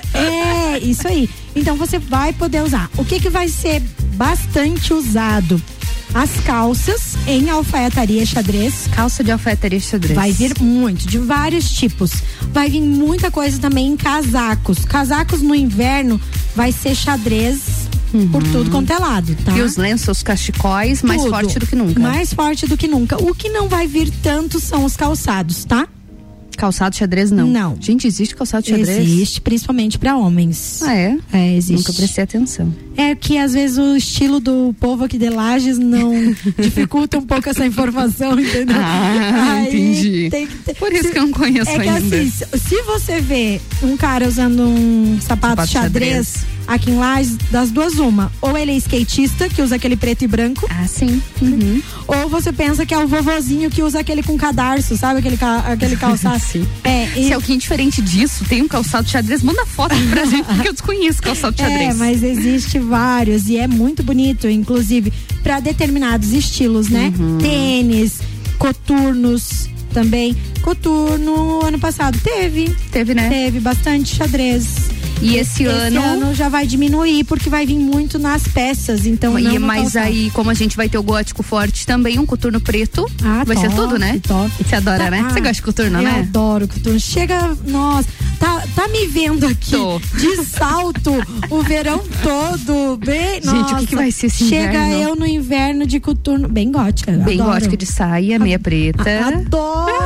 É, isso aí. Então você vai poder usar. O que que vai ser bastante usado? As calças em alfaiataria xadrez. Calça de alfaiataria xadrez. Vai vir muito, de vários tipos. Vai vir muita coisa também em casacos. Casacos no inverno vai ser xadrez uhum. por tudo quanto é lado, tá? E os lenços, cachecóis, mais tudo. forte do que nunca. Mais forte do que nunca. O que não vai vir tanto são os calçados, tá? Calçado xadrez não. Não. Gente, existe calçado xadrez? Existe, principalmente pra homens. Ah, é? É, existe. Nunca prestei atenção. É que às vezes o estilo do povo aqui de Lages não dificulta um pouco essa informação, entendeu? Ah, Aí entendi. Tem que ter, Por isso se, que eu não conheço é ainda. Que assim, se, se você vê um cara usando um sapato, sapato xadrez, xadrez aqui em Lages, das duas uma, ou ele é skatista, que usa aquele preto e branco. Ah, sim. Uhum. Ou você pensa que é o vovozinho que usa aquele com cadarço, sabe? Aquele, aquele calçado. Sim. É, e... Se é alguém diferente disso, tem um calçado xadrez, manda foto pra gente, porque eu desconheço calçado xadrez. É, mas existe vários e é muito bonito, inclusive, para determinados estilos, né? Uhum. Tênis, coturnos também. Coturno, ano passado teve. Teve, né? Teve bastante xadrez. E esse, esse ano... ano já vai diminuir, porque vai vir muito nas peças, então e não Mas aí, como a gente vai ter o gótico forte também, um coturno preto, ah, vai top, ser tudo, né? Top. Você adora, tá, né? Você ah, gosta de coturno, eu né? Eu adoro coturno. Chega, nossa, tá, tá me vendo aqui Tô. de salto o verão todo, bem, gente, nossa. o que, que vai ser esse Chega inverno? eu no inverno de coturno, bem gótica. Bem adoro. gótica de saia, meia preta. Adoro!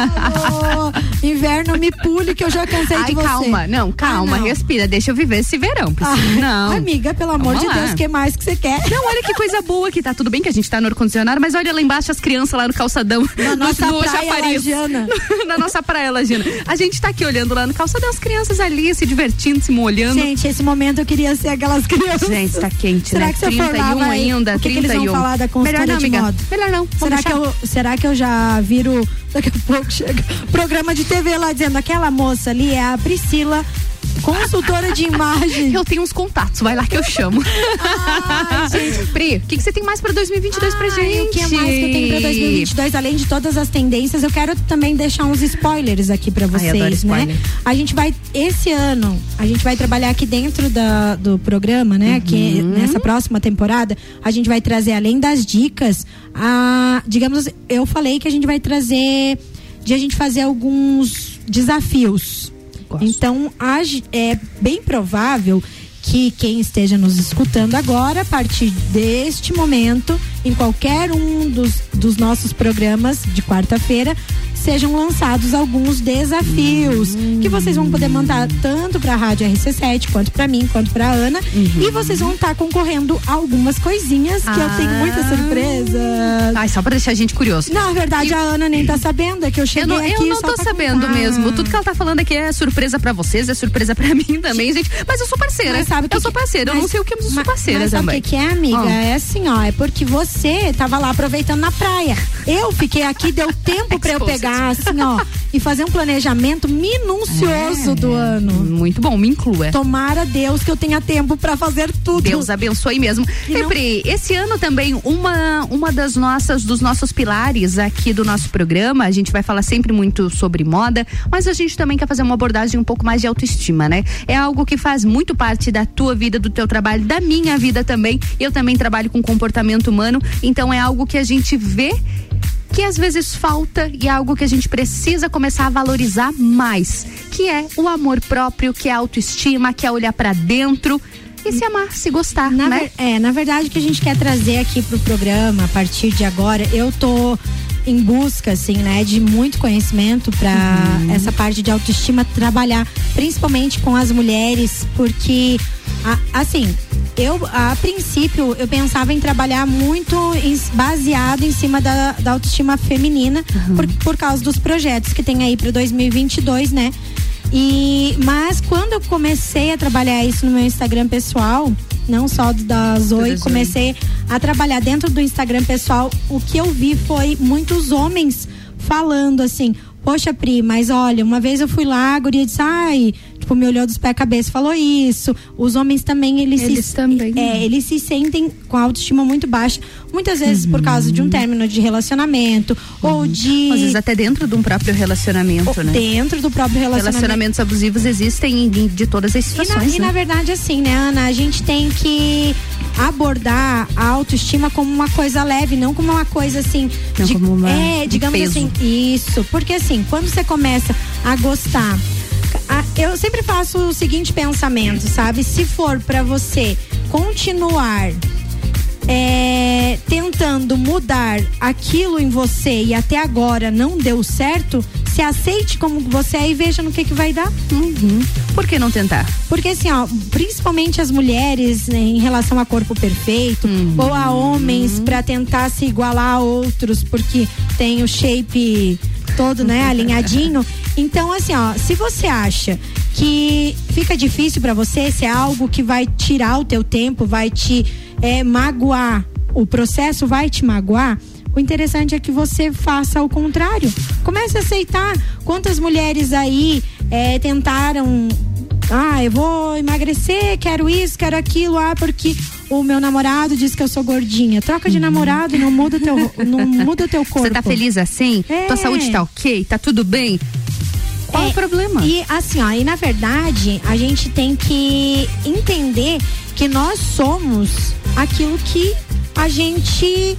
Inverno me pule que eu já cansei Ai, de você. calma, não, calma, ah, não. respira, deixa eu viver esse verão. Ai, não. Amiga, pelo amor Vamos de lá. Deus, o que mais que você quer? Não, olha que coisa boa que tá. Tudo bem que a gente tá no ar-condicionado, mas olha lá embaixo as crianças lá no calçadão. Na nossa no praia Lagiana. Na nossa praia Lagiana. A gente tá aqui olhando lá no calçadão, as crianças ali se divertindo, se molhando. Gente, esse momento eu queria ser aquelas crianças. Gente, tá quente, será né? Que você trinta e um vai, ainda, o que trinta e um. Que eles vão falar da consultoria Melhor não, de amiga. moda? Melhor não. Será que, eu, será que eu já viro, daqui a pouco chega, programa de T V lá dizendo aquela moça ali é a Priscila, consultora de imagem. Eu tenho uns contatos, vai lá que eu chamo. Ai, gente. Pri, o que, que você tem mais pra dois mil e vinte e dois pra gente? O que mais que eu tenho pra dois mil e vinte e dois? Além de todas as tendências, eu quero também deixar uns spoilers aqui pra vocês, Ai, né? A gente vai, esse ano, a gente vai trabalhar aqui dentro da, do programa, né? Uhum. Que nessa próxima temporada, a gente vai trazer, além das dicas, a, digamos, eu falei que a gente vai trazer, de a gente fazer alguns desafios. Gosto. Então, é bem provável que quem esteja nos escutando agora, a partir deste momento, em qualquer um dos, dos nossos programas de quarta-feira, sejam lançados alguns desafios hum. que vocês vão poder mandar tanto para a Rádio R C sete, quanto para mim, quanto para Ana. Uhum. E vocês vão estar tá concorrendo a algumas coisinhas que ah. eu tenho muita surpresa. Ai, só para deixar a gente curioso. Na verdade, e... a Ana nem tá sabendo, é que eu cheguei eu não, aqui Eu não tô sabendo contar. mesmo. Tudo que ela tá falando aqui é surpresa para vocês, é surpresa para mim também, gente. Mas eu sou parceira. Mas sabe que eu sou parceira, mas, eu não sei o que, mas eu sou parceira mas também. Sabe o que, que é, amiga? Oh. É assim, ó, é porque você tava lá aproveitando na praia. Eu fiquei aqui, deu tempo para eu pegar, assim, ó, e fazer um planejamento minucioso é, do ano. Muito bom, me inclua. Tomara Deus que eu tenha tempo pra fazer tudo. Deus abençoe mesmo. Sempre, não... esse ano também, uma, uma das nossas, dos nossos pilares aqui do nosso programa, a gente vai falar sempre muito sobre moda, mas a gente também quer fazer uma abordagem um pouco mais de autoestima, né? É algo que faz muito parte da tua vida, do teu trabalho, da minha vida também. Eu também trabalho com comportamento humano, então é algo que a gente vê que às vezes falta e é algo que a gente precisa começar a valorizar mais, que é o amor próprio, que é a autoestima, que é olhar pra dentro e se amar, se gostar, na né? Ver, é, na verdade o que a gente quer trazer aqui pro programa, a partir de agora, eu tô em busca, assim, né, de muito conhecimento pra uhum. essa parte de autoestima trabalhar, principalmente com as mulheres, porque, a, assim, eu, a princípio, eu pensava em trabalhar muito em, baseado em cima da, da autoestima feminina, uhum. por, por causa dos projetos que tem aí para dois mil e vinte e dois, né? E, mas quando eu comecei a trabalhar isso no meu Instagram pessoal, não só do da Zoe, comecei a trabalhar dentro do Instagram pessoal, o que eu vi foi muitos homens falando assim, poxa, Pri, mas olha, uma vez eu fui lá, a guria disse, ai, tipo, me olhou dos pés à cabeça, falou isso. Os homens também, eles, eles se, também. É, eles se sentem com a autoestima muito baixa, muitas vezes uhum. por causa de um término de relacionamento, uhum. ou de... Às vezes até dentro de um próprio relacionamento, né? Dentro do próprio relacionamento. Relacionamentos abusivos existem em, de todas as situações, E, na, né? e na verdade, assim, né, Ana, a gente tem que abordar a autoestima como uma coisa leve, não como uma coisa assim, não de, como uma, é, digamos peso. assim, isso, porque assim, quando você começa a gostar, a, eu sempre faço o seguinte pensamento, sabe? Se for pra você continuar é, tentando mudar aquilo em você e até agora não deu certo, se aceite como você é e veja no que que vai dar. Uhum. Por que não tentar? Porque assim, ó, principalmente as mulheres, né, em relação a corpo perfeito, uhum. ou a homens pra tentar se igualar a outros porque tem o shape todo, né, alinhadinho. Então, assim, ó, se você acha que fica difícil pra você, se é algo que vai tirar o teu tempo, vai te é, magoar, o processo vai te magoar, o interessante é que você faça o contrário. Comece a aceitar. Quantas mulheres aí é, tentaram, ah, eu vou emagrecer, quero isso, quero aquilo, ah, porque o meu namorado diz que eu sou gordinha. Troca de namorado, não muda teu, não muda o teu corpo. Você tá feliz assim? É. Tua saúde tá ok? Tá tudo bem? Qual é, é o problema? E assim, ó, e na verdade, a gente tem que entender que nós somos aquilo que a gente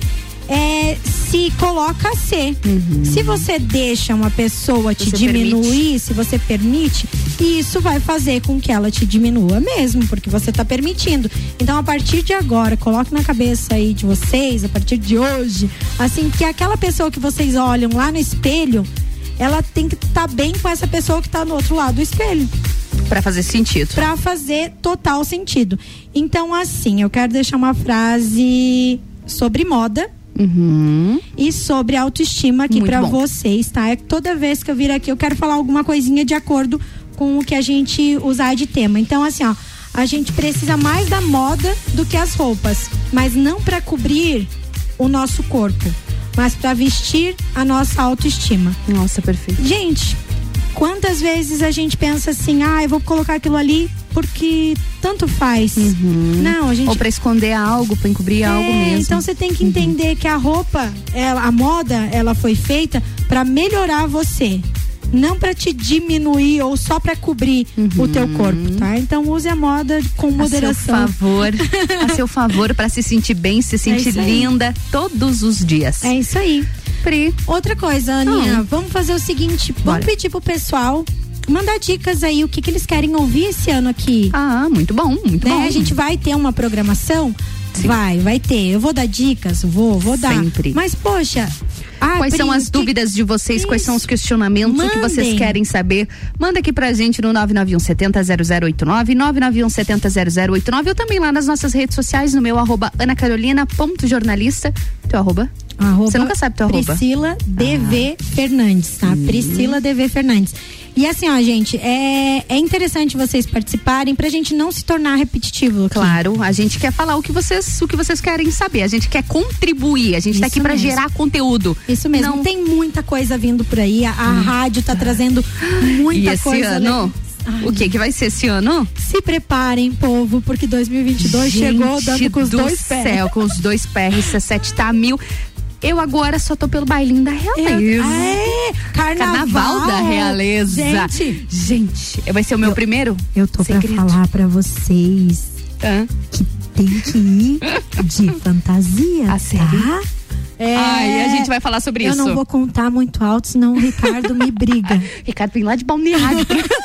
é, se coloca a ser. Uhum. Se você deixa uma pessoa te você diminuir, permite. se você permite, isso vai fazer com que ela te diminua mesmo, porque você tá permitindo. Então, a partir de agora, coloque na cabeça aí de vocês, a partir de hoje, assim, que aquela pessoa que vocês olham lá no espelho, ela tem que estar tá bem com essa pessoa que tá no outro lado do espelho. Pra fazer sentido. Pra fazer total sentido. Então, assim, eu quero deixar uma frase sobre moda. Uhum. E sobre autoestima aqui pra vocês, tá? É que toda vez que eu vir aqui eu quero falar alguma coisinha de acordo com o que a gente usar de tema. Então, assim, ó, a gente precisa mais da moda do que as roupas, mas não pra cobrir o nosso corpo, mas pra vestir a nossa autoestima. Nossa, perfeito. Gente, quantas vezes a gente pensa assim, ah, eu vou colocar aquilo ali porque tanto faz. Uhum. Não, a gente... Ou pra esconder algo, pra encobrir é, algo mesmo. Então você tem que entender uhum. que a roupa, ela, a moda, ela foi feita pra melhorar você. Não pra te diminuir ou só pra cobrir uhum. o teu corpo, tá? Então use a moda com moderação. A seu favor, a seu favor, pra se sentir bem, se sentir é linda todos os dias. É isso aí. Pri. Outra coisa, Aninha, ah. vamos fazer o seguinte, Bora. vamos pedir pro pessoal mandar dicas aí, o que que eles querem ouvir esse ano aqui. Ah, muito bom, muito né? bom. A gente vai ter uma programação? Sim. Vai, vai ter. Eu vou dar dicas? Vou, vou dar. Sempre. Mas, poxa... Ah, quais Pri, são as que... dúvidas de vocês? Isso. Quais são os questionamentos? Mandem. O que vocês querem saber? Manda aqui pra gente no nove nove um sete zero zero zero oito nove, nove nove um sete zero zero oito nove, ou também lá nas nossas redes sociais, no meu arroba anacarolina.jornalista. Teu arroba? Arroba Você nunca sabe teu arroba. Priscila D V ah. Fernandes, tá? Hum. Priscila D V Fernandes. E assim, ó, gente, é, é interessante vocês participarem pra gente não se tornar repetitivo aqui. Claro, a gente quer falar o que vocês, o que vocês querem saber, a gente quer contribuir, a gente Isso tá aqui pra mesmo. gerar conteúdo. Isso mesmo, não tem muita coisa vindo por aí, a, a hum. rádio tá trazendo muita e esse coisa. Ano? Ai. O que que vai ser esse ano? Se preparem, povo, porque dois mil e vinte e dois gente chegou dando com os do dois pés. céu, com os dois pés, R C sete tá mil. Eu agora só tô pelo bailinho da Realeza. É, carnaval. Carnaval da Realeza. Gente, gente, vai ser o meu eu, primeiro? Eu tô segredo. pra falar pra vocês Hã? que tem que ir de fantasia. A sério? Tá? É, Ai, a gente vai falar sobre eu isso. Eu não vou contar muito alto, senão o Ricardo me briga. Ricardo vem lá de Balneário.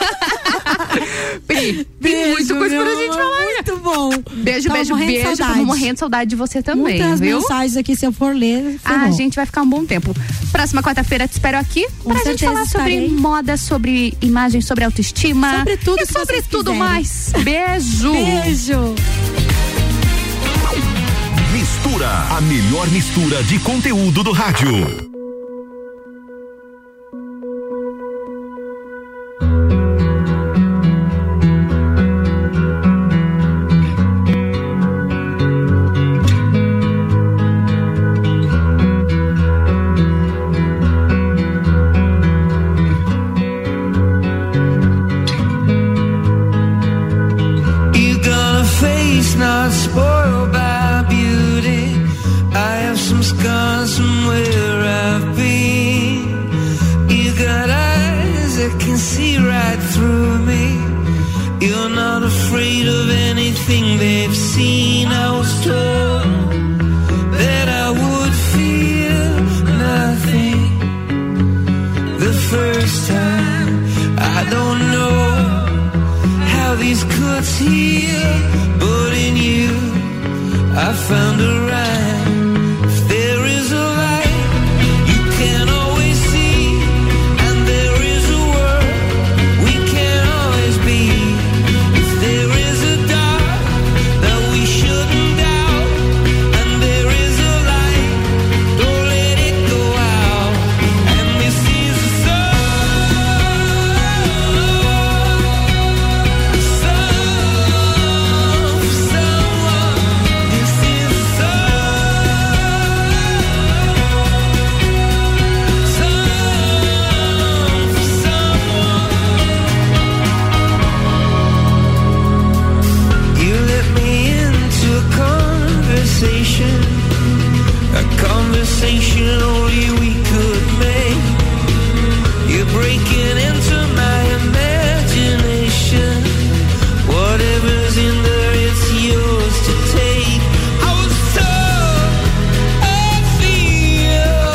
Pri, tem muita coisa pra gente falar. Muito bom. Beijo, Tava beijo, beijo. Tô morrendo de saudade de você também, Muitas viu? mensagens aqui, se eu for ler. Ah, a gente vai ficar um bom tempo. Próxima quarta-feira te espero aqui Com pra gente falar estarei. sobre moda, sobre imagem, sobre autoestima. Sobre tudo e que sobre tudo quiserem. mais. Beijo. Beijo. Mistura, a melhor mistura de conteúdo do rádio. found a rhyme. If there is a light, you can always see, and there is a world we can always be. If there is a dark that we shouldn't doubt, and there is a light, don't let it go out. And this is a song, a song for someone. This is a song, song for someone. You let me into a conversation, a conversation only we could make. You're breaking into my imagination. Whatever's in there, it's yours to take. I was told I feel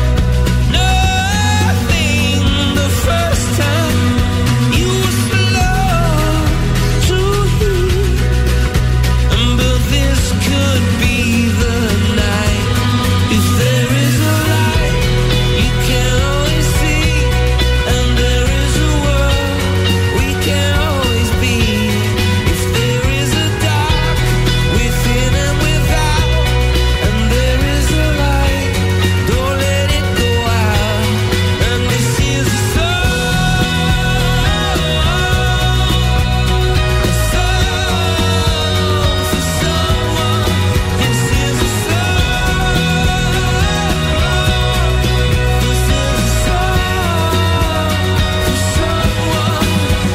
nothing the first time. You were slow to hear, but this could be the night. If there is a light, you can always see, and there is a world we can always be. If there is a dark within and without, and there is a light, don't let it go out. And this is a song, a song for someone. This is a song, this is a song for someone.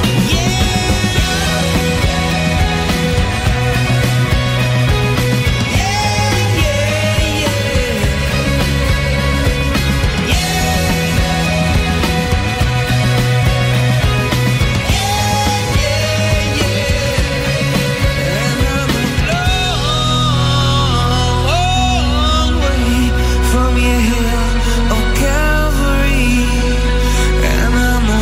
Long way from your hill of Calvary, and I'm a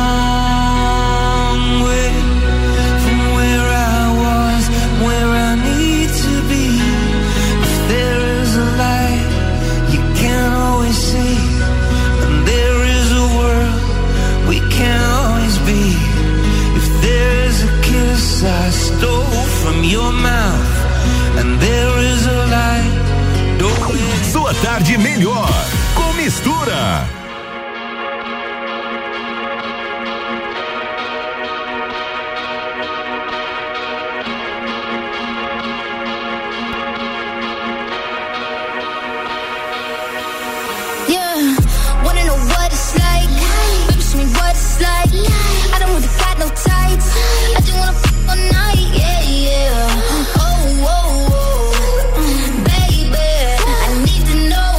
long way from where I was, where I need to be. If there is a light, you can always see, and there is a world we can always be. If there is a kiss I stole from your mouth, and there is a light, don't let Sua tarde melhor com Mistura. Yeah, wanna know what it's like? Baby, show me what it's like. I don't really got no tights. I just wanna f all night. Yeah, yeah. Oh, oh, oh, baby, I need to know.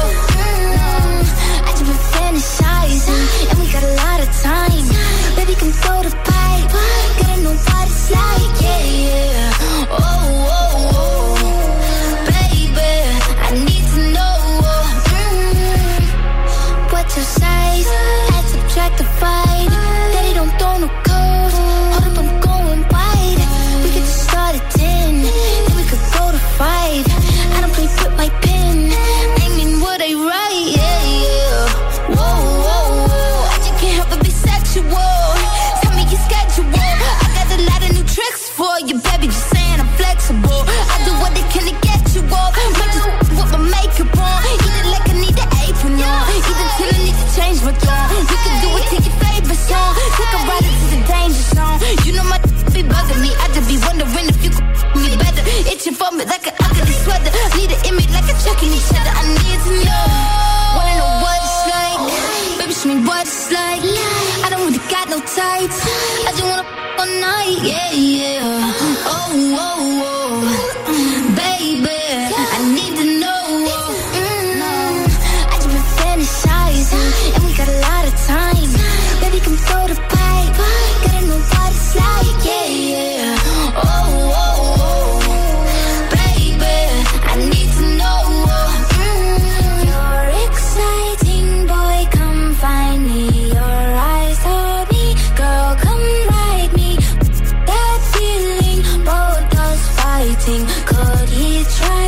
Mm, I just been fantasizing, and we got a lot of time. Baby, come throw the pipe. Gotta know what it's like. Yeah, yeah. Oh, oh, oh, baby, I need to know. Mm, what's your size? Add, subtract, divide. Daddy don't throw no curves. Hold up, I'm going wide. We could just start at ten, then we could go to five. I don't play with my pen, aiming what I write. Yeah, yeah. Whoa, whoa, whoa. I just can't help but be sexual. Tell me your schedule. I got a lot of new tricks for you, baby. Just saying I'm flexible. I do what they can to get you off. Might just with my makeup on. Eat it like I need an apron on. Even till I need to change my tone. You can do it to your favorite song. Take a ride into the danger zone. You know my be bugging me. I just be wondering if you could me better. Itching for me like an ugly sweater. Need an image like a chucking each other. I need to know. Wanna know what it's like? Baby, show me what it's like. I don't really got no tights. I just wanna f all night. Yeah, yeah. Oh, oh, oh, baby, I need to know. Mm, I just been fantasizing, and we got a lot of time. Baby, come throw the pipe. Gotta know what it's like. Yeah, yeah. Oh, oh, oh, baby, I need to know. Mm, you're exciting, boy, come find me. Your eyes told me, girl, come ride me. That feeling, both us fighting. Could he try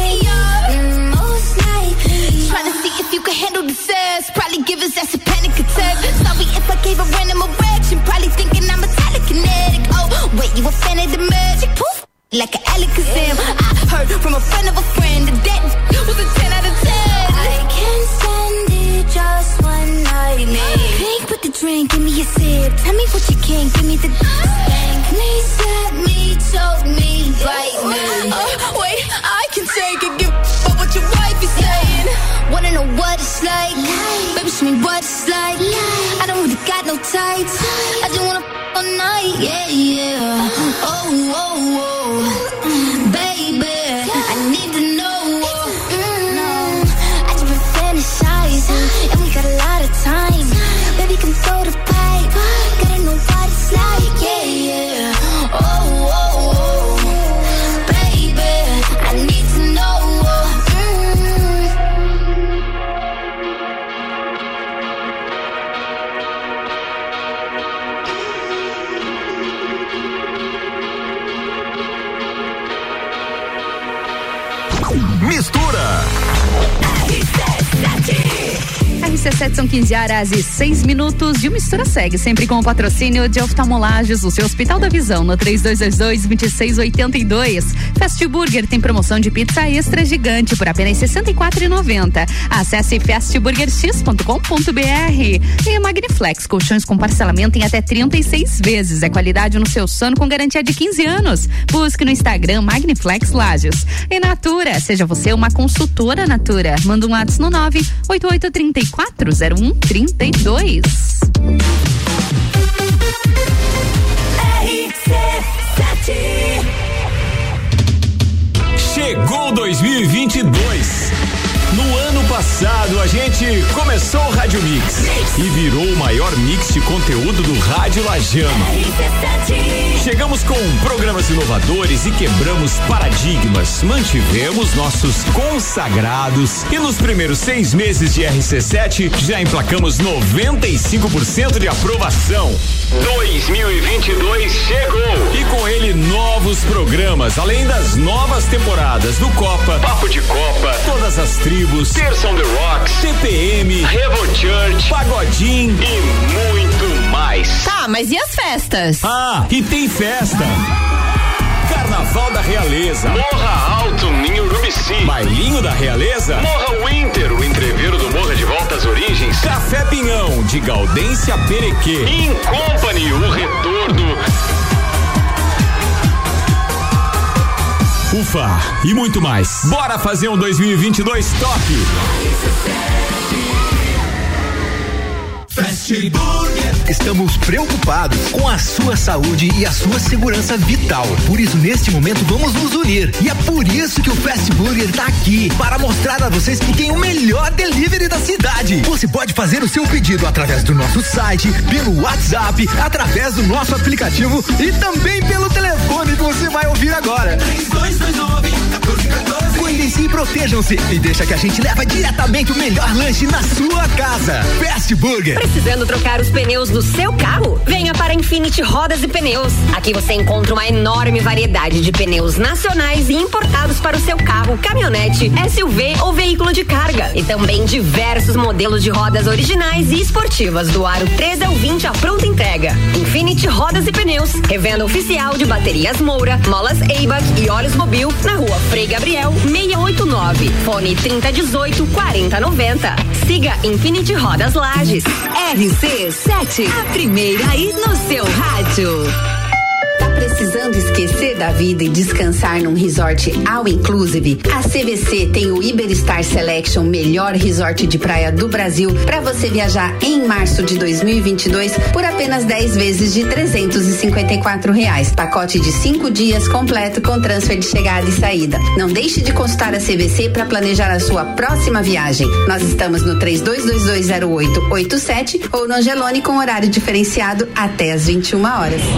like an Alakazam. I heard from a friend of a friend that that was a ten out of ten. I can't stand it, just one night, man. Pink with the drink, give me a sip. Tell me what you can, give me the stank. Me, slap me, choke me, bite me. Uh, wait, I can take it, give up what your wife is saying. Wanna know what it's like? Baby, show me what it's like. I don't really got no tights. I just wanna f- all night, yeah, yeah. Oh, oh, oh, baby, I need to know. Mm, no, I just been fantasizing, and we got a lot of time. Baby, come throw the pipe. Gotta know what it's like, yeah, yeah. Oh, oh, oh, baby, I need to know. Mistura. R C sete são quinze horas e seis minutos e o Mistura segue sempre com o patrocínio de Oftalmolages, o seu Hospital da Visão, no três dois dois dois, dois seis oito dois. Fast Burger tem promoção de pizza extra gigante por apenas sessenta e quatro reais e noventa centavos. Acesse fast burger x ponto com ponto b r. E Magniflex, colchões com parcelamento em até trinta e seis vezes. É qualidade no seu sono com garantia de quinze anos. Busque no Instagram Magniflex Lages. E Natura, seja você uma consultora Natura. Manda um WhatsApp no nove oito oito três quatro zero um três dois. R C sete. Chegou dois mil e vinte e dois. No ano passado, a gente começou o Rádio Mix e virou o maior mix de conteúdo do rádio lagiano. Chegamos com programas inovadores e quebramos paradigmas. Mantivemos nossos consagrados e nos primeiros seis meses de R C sete já emplacamos noventa e cinco por cento de aprovação. dois mil e vinte e dois chegou e com ele novos programas, além das novas temporadas do Copa, Papo de Copa, Todas as Tribos, Terça on the Rocks, T P M, Revo Church, Pagodinho e muito mais. Tá, mas e as festas? Ah, e tem festa. Carnaval da Realeza, Morra Alto, em Urubici, Bailinho da Realeza, Morra Winter, o entreveiro do Morra de Volta às Origens, Café Pinhão, de Gaudência Perequê, In Company, o retorno. Ufa, e muito mais. Bora fazer um dois mil e vinte e dois top. Fast Burger. Estamos preocupados com a sua saúde e a sua segurança vital. Por isso, neste momento, vamos nos unir. E é por isso que o Fast Burger tá aqui, para mostrar a vocês que tem o melhor delivery da cidade. Você pode fazer o seu pedido através do nosso site, pelo WhatsApp, através do nosso aplicativo e também pelo telefone que você vai ouvir agora. três dois dois nove, um quatro um quatro. Cuidem-se e protejam-se e deixa que a gente leva diretamente o melhor lanche na sua casa. Fast Burger. Precisando trocar os pneus do seu carro? Venha para Infinity Rodas e Pneus. Aqui você encontra uma enorme variedade de pneus nacionais e importados para o seu carro, caminhonete, S U V ou veículo de carga. E também diversos modelos de rodas originais e esportivas do aro treze ao vinte à pronta entrega. Infinity Rodas e Pneus, revenda oficial de baterias Moura, molas Eibach e óleos Mobil, na rua Frei Gabriel, seiscentos e oitenta e nove, fone trinta dezoito, quarenta noventa. Siga Infinity Rodas Lages. R C sete, a primeira aí no seu rádio. Tá precisando esquecer da vida e descansar num resort all inclusive? A C V C tem o Iberstar Selection, melhor resort de praia do Brasil, para você viajar em março de dois mil e vinte e dois por apenas dez vezes de trezentos e cinquenta e quatro reais. Pacote de cinco dias completo com transfer de chegada e saída. Não deixe de consultar a C V C para planejar a sua próxima viagem. Nós estamos no três dois dois dois zero oito oito sete ou no Angelone com horário diferenciado até às vinte e uma horas.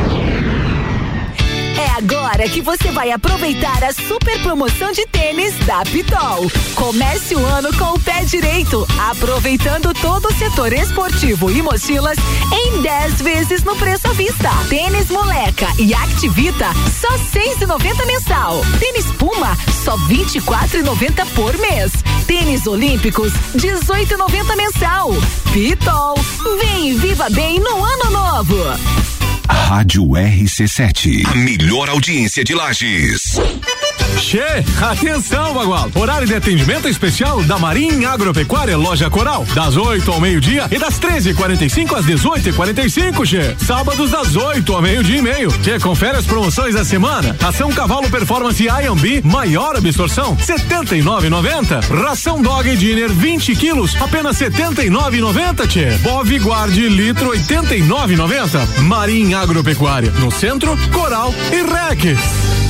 Agora que você vai aproveitar a super promoção de tênis da Pitol. Comece o ano com o pé direito, aproveitando todo o setor esportivo e mochilas em dez vezes no preço à vista. Tênis Moleca e Activita, só seis reais e noventa mensal. Tênis Puma, só vinte e quatro reais e noventa por mês. Tênis Olímpicos, dezoito reais e noventa mensal. Pitol, vem e viva bem no ano novo. Rádio R C sete. A melhor audiência de Lages. Che, atenção, Bagual. Horário de atendimento especial da Marim Agropecuária Loja Coral, das oito ao meio-dia e das treze e quarenta e cinco às dezoito e quarenta e cinco, Che. Sábados das oito ao meio-dia e meio. Che, confere as promoções da semana. Ração Cavalo Performance I M B, maior absorção, setenta e nove e noventa. Ração Dog Dinner vinte quilos, apenas setenta e nove e noventa, Che. Bove Guarde litro oitenta e nove e noventa. Marim Agropecuária, no centro, Coral e Rex.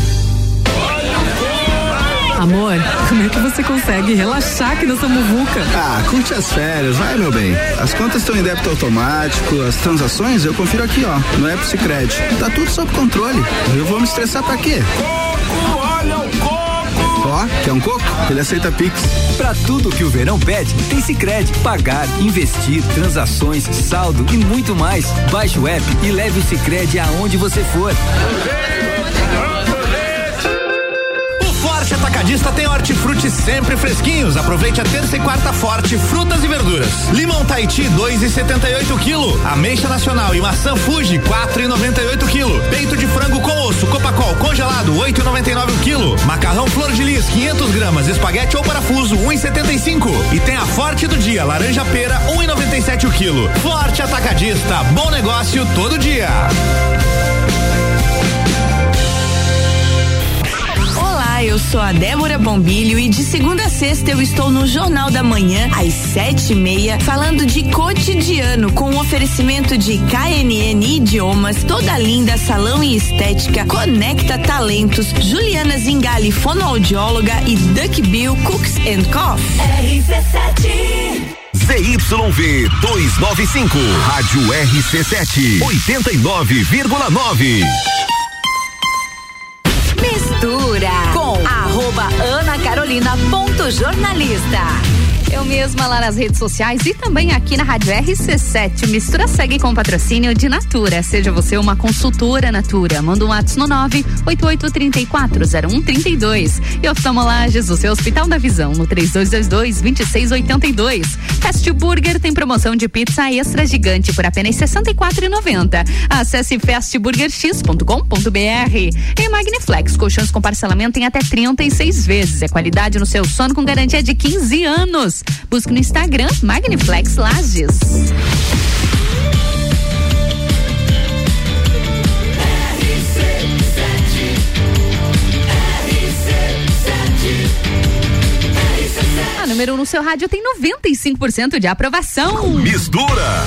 Amor, como é que você consegue relaxar aqui nessa muvuca? Ah, curte as férias, vai, meu bem. As contas estão em débito automático, as transações eu confiro aqui, ó, no app Sicredi. Tá tudo sob controle. Eu vou me estressar pra quê? Coco, olha o coco! Ó, quer um coco? Ele aceita Pix. Pra tudo que o verão pede, tem Sicredi. Pagar, investir, transações, saldo e muito mais. Baixe o app e leve o Sicredi aonde você for. Forte Atacadista tem hortifruti sempre fresquinhos. Aproveite a terça e quarta forte, frutas e verduras. Limão Tahiti, dois e setenta e oito quilo. Ameixa Nacional e maçã Fuji, quatro e noventa e oito quilo. Peito de frango com osso, Copacol congelado, oito e noventa e nove quilo. Macarrão Flor de Lis, quinhentas gramas. Espaguete ou parafuso, um e setenta e cinco. E tem a forte do dia, laranja pera, um e noventa e sete o quilo. Forte Atacadista, bom negócio todo dia. Eu sou a Débora Bombilho e de segunda a sexta eu estou no Jornal da Manhã, às sete e meia, falando de cotidiano, com um oferecimento de K N N Idiomas, Toda Linda Salão e Estética, Conecta Talentos, Juliana Zingali, fonoaudióloga e Duck Bill Cooks and Coffee. R C sete. Z Y V duzentos e noventa e cinco, Rádio R C sete, oitenta e nove vírgula nove. Mistura com arroba Ana Carolina ponto jornalista. Eu mesma lá nas redes sociais e também aqui na Rádio R C sete. Mistura segue com patrocínio de Natura. Seja você uma consultora Natura. Manda um WhatsApp no nove oito oito três quatro zero um três dois. E Oftalmolages, o seu Hospital da Visão, no três dois dois dois, dois seis oito dois. Fast Burger tem promoção de pizza extra gigante por apenas sessenta e quatro reais e noventa centavos. Acesse fast burger x ponto com ponto b r. E Magniflex, colchões com parcelamento em até trinta e seis vezes. É qualidade no seu sono com garantia de quinze anos. Busque no Instagram Magniflex Lages. A número um no seu rádio tem noventa e cinco por cento de aprovação. Mistura.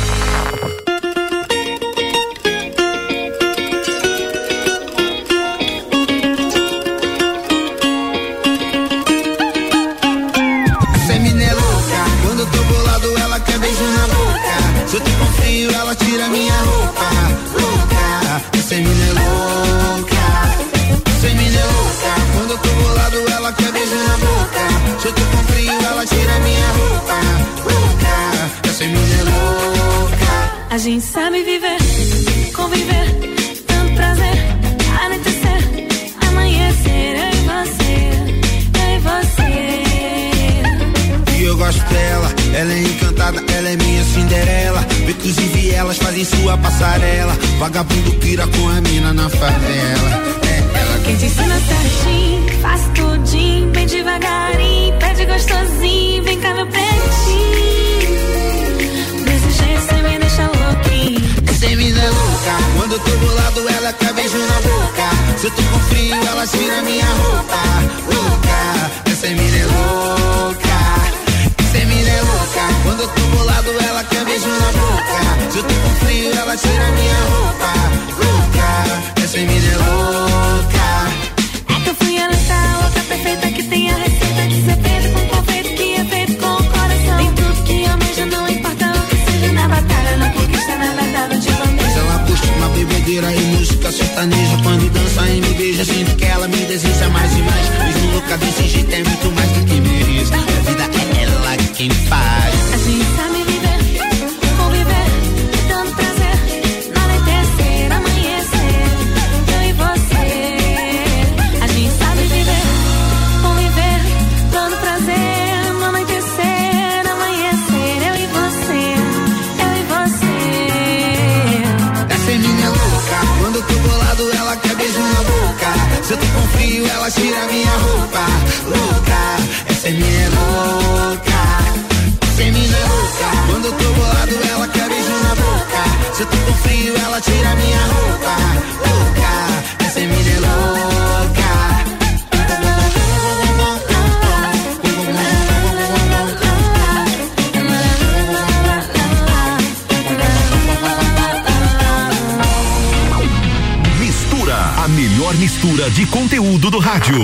Se eu te confio, ela tira minha roupa. Louca, essa menina é louca. Essa menina é louca. Quando eu tô bolado, ela quer beijo na boca. Se eu te confio, ela tira minha roupa. Louca, essa menina é louca. A gente sabe viver, conviver, tanto prazer, anoitecer, amanhecer, eu e você, eu e você. E eu gosto dela, ela é encantada, ela é minha Cinderela. Inclusive elas fazem sua passarela. Vagabundo pira com a mina na favela. É ela quem te ensina certinho, faz tudinho, bem devagarinho, pede gostosinho, vem cá meu pretinho. Desse jeito cê me deixa louquinho. Essa mina é louca, quando eu tô bolado ela quer beijo na boca. Se eu tô com frio ela tira minha roupa. Louca, essa mina é louca. Essa mina é louca, quando eu tô bolado ela quer beijo na boca. Se eu tô com frio ela tira minha roupa. Louca, essa mina é louca. É que eu fui a louca, louca perfeita que tem a receita de ser feito com confeito que é feito com o coração. Tem tudo que almeja, não importa o que seja na batalha, não conquista nada dado de bandeja. Mas ela curte uma bebedeira e música sertaneja. Quando dança e me beija, sinto que ela me deseja mais e mais. Mesmo louca desse jeito é muito mais do que mereço. A vida é ela quem faz. A gente sabe viver, conviver, tanto prazer, nada frio, ela tira minha roupa. Louca, essa é minha louca. Essa é minha louca. Quando eu tô bolado, ela quer beijo na boca. Se eu tô com frio, ela tira minha roupa. Louca, essa é minha louca. A melhor mistura de conteúdo do rádio.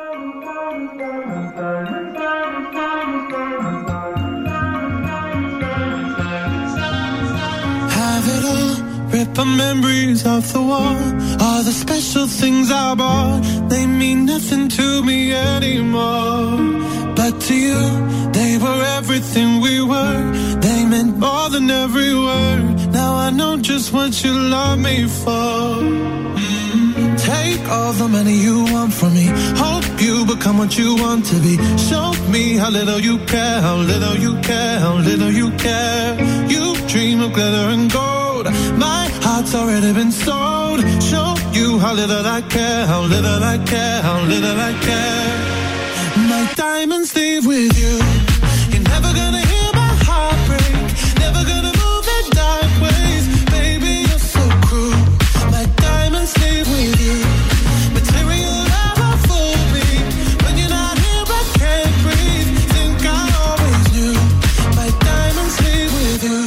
Have it all, rip the memories of the war. All the special things I bought, they mean nothing to me anymore. But to you, they were everything we were. They meant more than every word. Now I know just what you love me for. Take all the money you want from me. Hope you become what you want to be. Show me how little you care, how little you care, how little you care. You dream of glitter and gold. My heart's already been sold. Show you how little I care, how little I care, how little I care. My diamonds leave with you. You're never gonna hear my heart break. Never gonna move in dark ways. Baby, you're so cruel. My diamonds leave with you. Material never fooled me. When you're not here, I can't breathe. Think I always knew. My diamonds leave with you.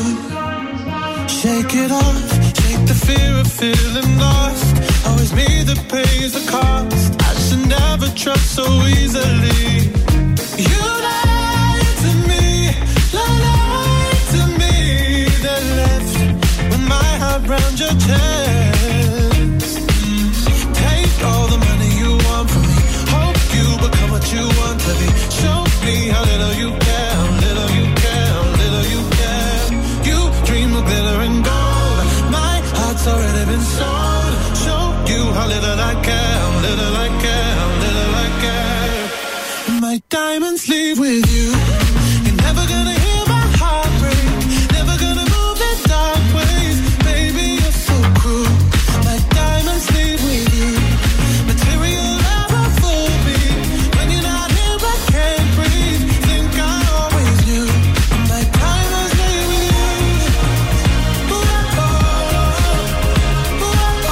Shake it off. Shake the fear of feeling lost. Always me that pays the cost. I should never trust so easily. You lied to me. Lied to me. That left with my heart round your chest. Take all the money you want from me. Hope you become what you want to be. Show me how little you care, how little you care, how little you care. You dream of glitter and gold. My heart's already been sold. Show you how little I care, how little I care, how little I care. My diamonds leave with you. You're never gonna hear my heart break. Never gonna move in dark ways. Baby, you're so cruel. My diamonds leave with you. Material never fooled me. When you're not here, I can't breathe. Think I always knew. My diamonds leave with you. Ooh, oh, ooh, oh,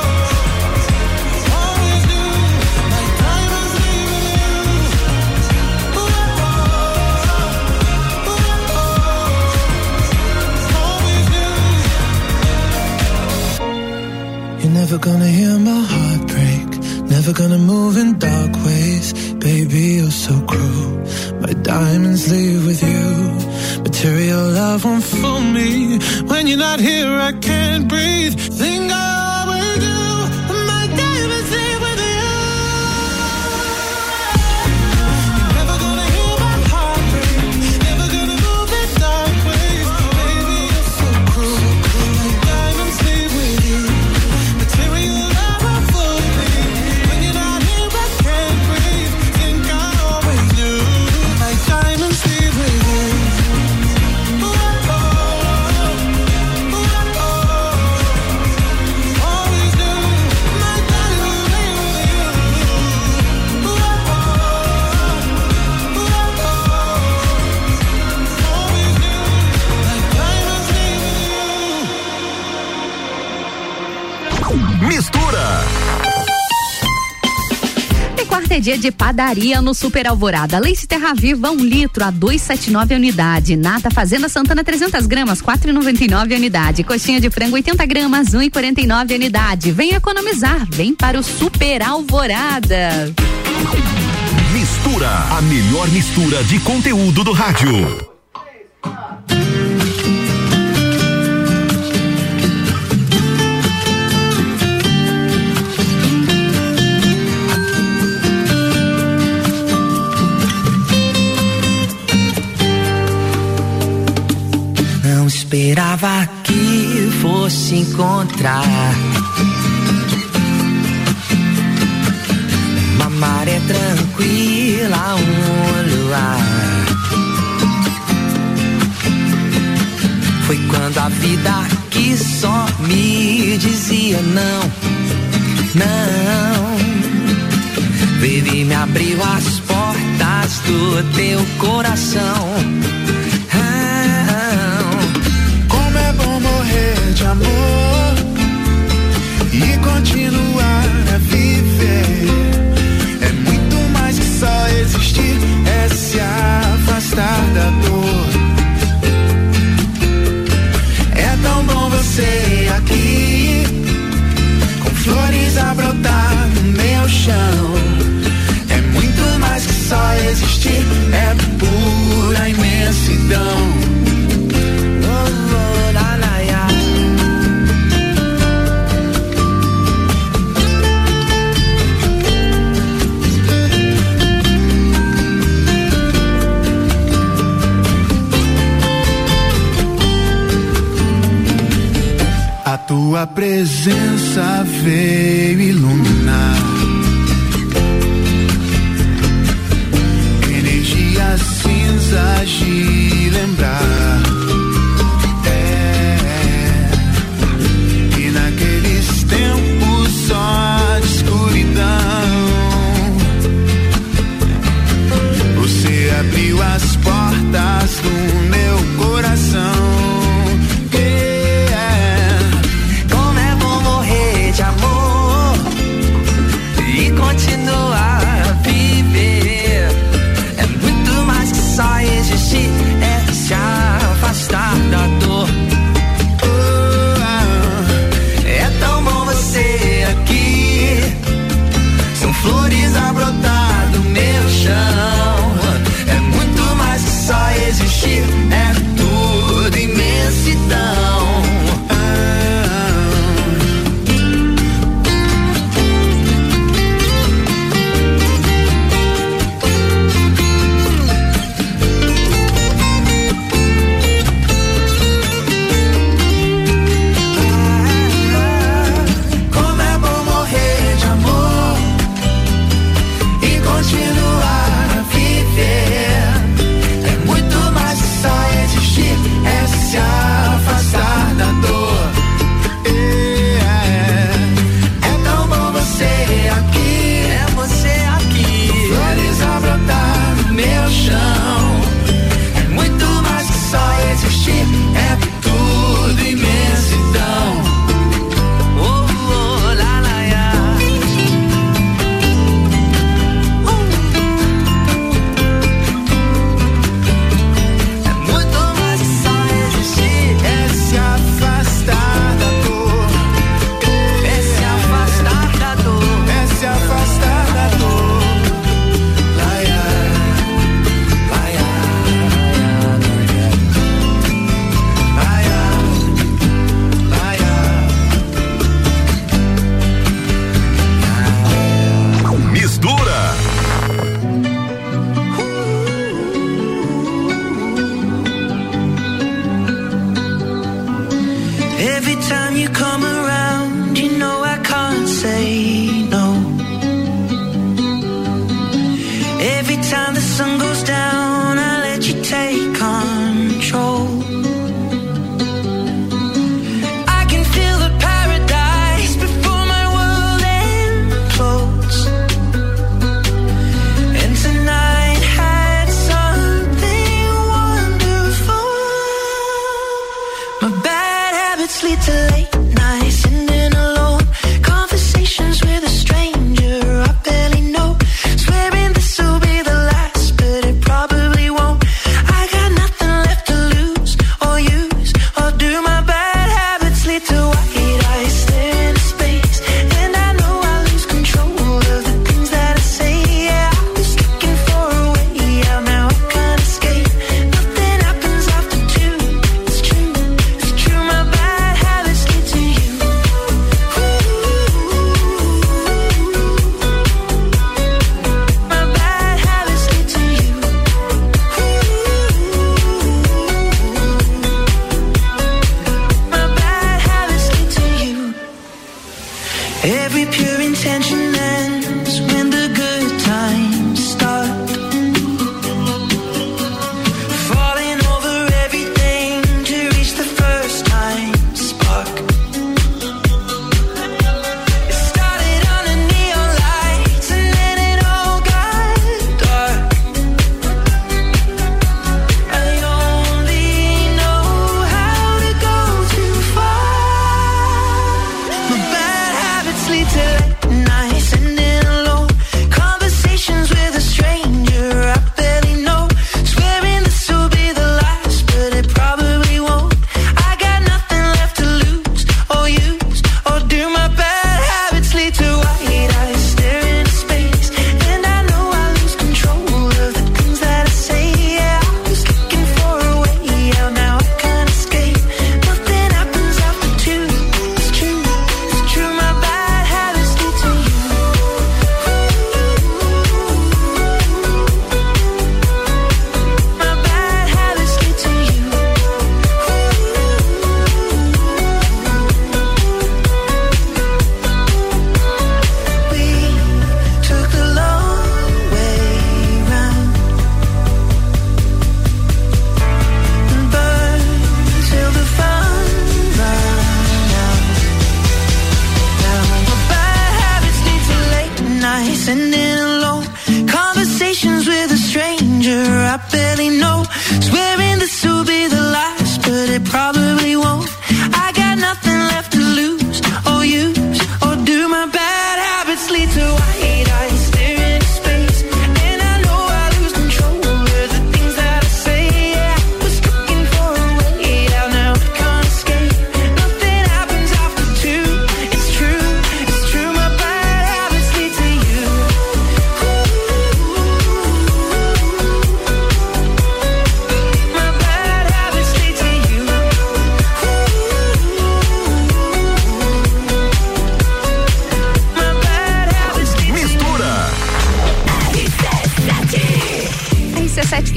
always knew. My diamonds leave with you. Ooh, oh, ooh, oh, always knew. You're never gonna hear my heart break. Never gonna move in dark ways. Baby, you're so cruel. My diamonds leave with you. Material love won't fool me. When you're not here, I can't breathe. Think I always do. My diamonds leave with you. You're never gonna hear my heart break. Never gonna move in dark ways. Baby, you're so cruel. My diamonds leave with you. Material love won't fool me. When you're not here, I can't breathe. Think I always knew. My diamonds leave with you. Ooh, oh, ooh, oh, always knew. My diamonds leave with you. Ooh, oh, ooh, oh, always knew. My diamonds leave with you. Mistura. E quarta é dia de padaria no Super Alvorada. Leite Terra Viva, um litro a dois e setenta e nove a unidade. Nata Fazenda Santana trezentas gramas, quatro e noventa e nove a unidade. Coxinha de frango oitenta gramas, um e quarenta e nove a unidade. Vem economizar, vem para o Super Alvorada. Mistura, a melhor mistura de conteúdo do rádio. Não esperava que fosse encontrar uma maré tranquila, um luar. Foi quando a vida que só me dizia não, não. abriu as portas do teu coração. Ah, como é bom morrer de amor e continuar a viver. É muito mais que só existir, é se afastar da dor. É tão bom você aqui, com flores a brotar no meu chão. É muito mais que só existir, é pura imensidão. Oh, oh, la, la, ya. A tua presença veio iluminar energias cinzas de lembrar. É, e naqueles tempos só de escuridão, você abriu as portas do meu coração. Continuar a viver é muito mais que só existir, é se afastar da dor. Oh, é tão bom você aqui, são flores a brotar do meu chão. É muito mais que só existir, é tudo imensidão. My bad habits lead to late nights, sitting alone.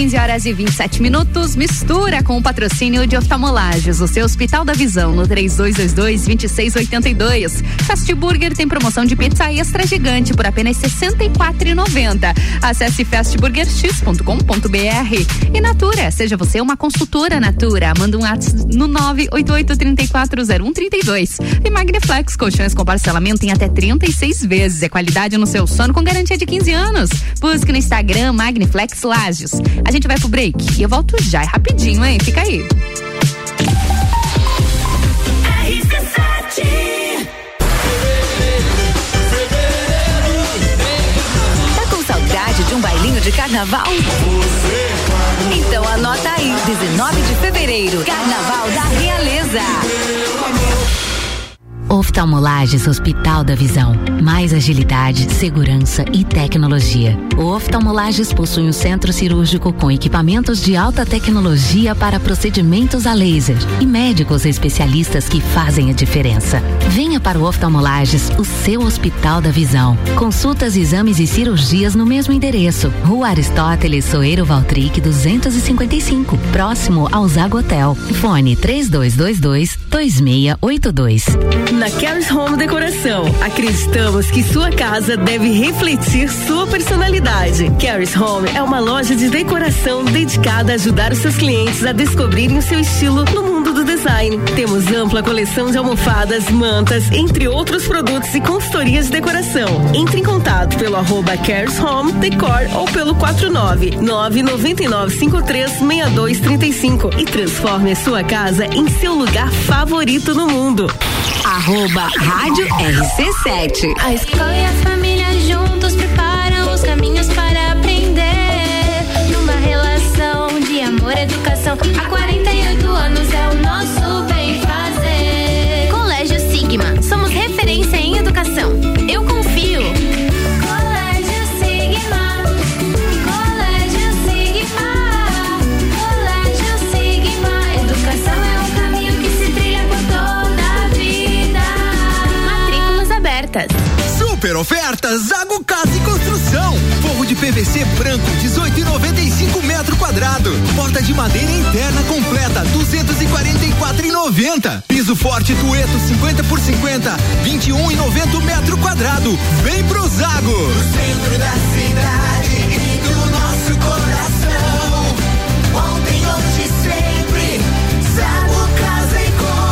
quinze horas e vinte e sete minutos. Mistura com o patrocínio de Oftalmolages, o seu Hospital da Visão, no três dois dois dois, dois seis oito dois. Fast Burger tem promoção de pizza extra gigante por apenas sessenta e quatro reais e noventa centavos. Acesse fast burger x ponto com ponto b r. E Natura, seja você uma consultora Natura. Manda um WhatsApp no nove oito oito, três quatro zero um, três dois. E Magniflex, colchões com parcelamento em até trinta e seis vezes. É qualidade no seu sono com garantia de quinze anos. Busque no Instagram Magniflex Lages. A gente vai pro break e eu volto já, é rapidinho, hein? Fica aí. Tá com saudade de um bailinho de carnaval? Então anota aí, dezenove de fevereiro, Carnaval da Realeza. Oftalmolages Hospital da Visão. Mais agilidade, segurança e tecnologia. O Oftalmolages possui um centro cirúrgico com equipamentos de alta tecnologia para procedimentos a laser e médicos especialistas que fazem a diferença. Venha para o Oftalmolages, o seu Hospital da Visão. Consultas, exames e cirurgias no mesmo endereço. Rua Aristóteles Soeiro Valtric duzentos e cinquenta e cinco, próximo ao Zago Hotel. Fone três dois dois dois, dois seis oito dois. Na Caris Home Decoração, acreditamos que sua casa deve refletir sua personalidade. Caris Home é uma loja de decoração dedicada a ajudar os seus clientes a descobrirem o seu estilo no mundo do design. Temos ampla coleção de almofadas, mantas, entre outros produtos e consultorias de decoração. Entre em contato pelo arroba Caris Home Decor ou pelo quatro nove nove nove nove cinco três seis dois três cinco e transforme a sua casa em seu lugar favorito no mundo. Arroba Rádio R C sete. A escola e a família juntos preparam os caminhos para aprender. Numa relação de amor e educação, há quarenta e oito anos é o nosso bem fazer. Colégio Sigma, somos referência em educação. Eu confio. Colégio Sigma, Colégio Sigma, Colégio Sigma. Educação é um caminho que se trilha por toda a vida. Matrículas abertas. Super ofertas Zago Casa e Construção. Forro de P V C branco dezoito e noventa e cinco metro quadrado. Porta de madeira interna completa duzentos e quarenta e quatro e noventa. Piso forte Tueto cinquenta por cinquenta, vinte e um e noventa metro quadrado. Vem pro Zago. No centro da cidade e do nosso coração. Ontem, hoje, sempre. Zago Casa e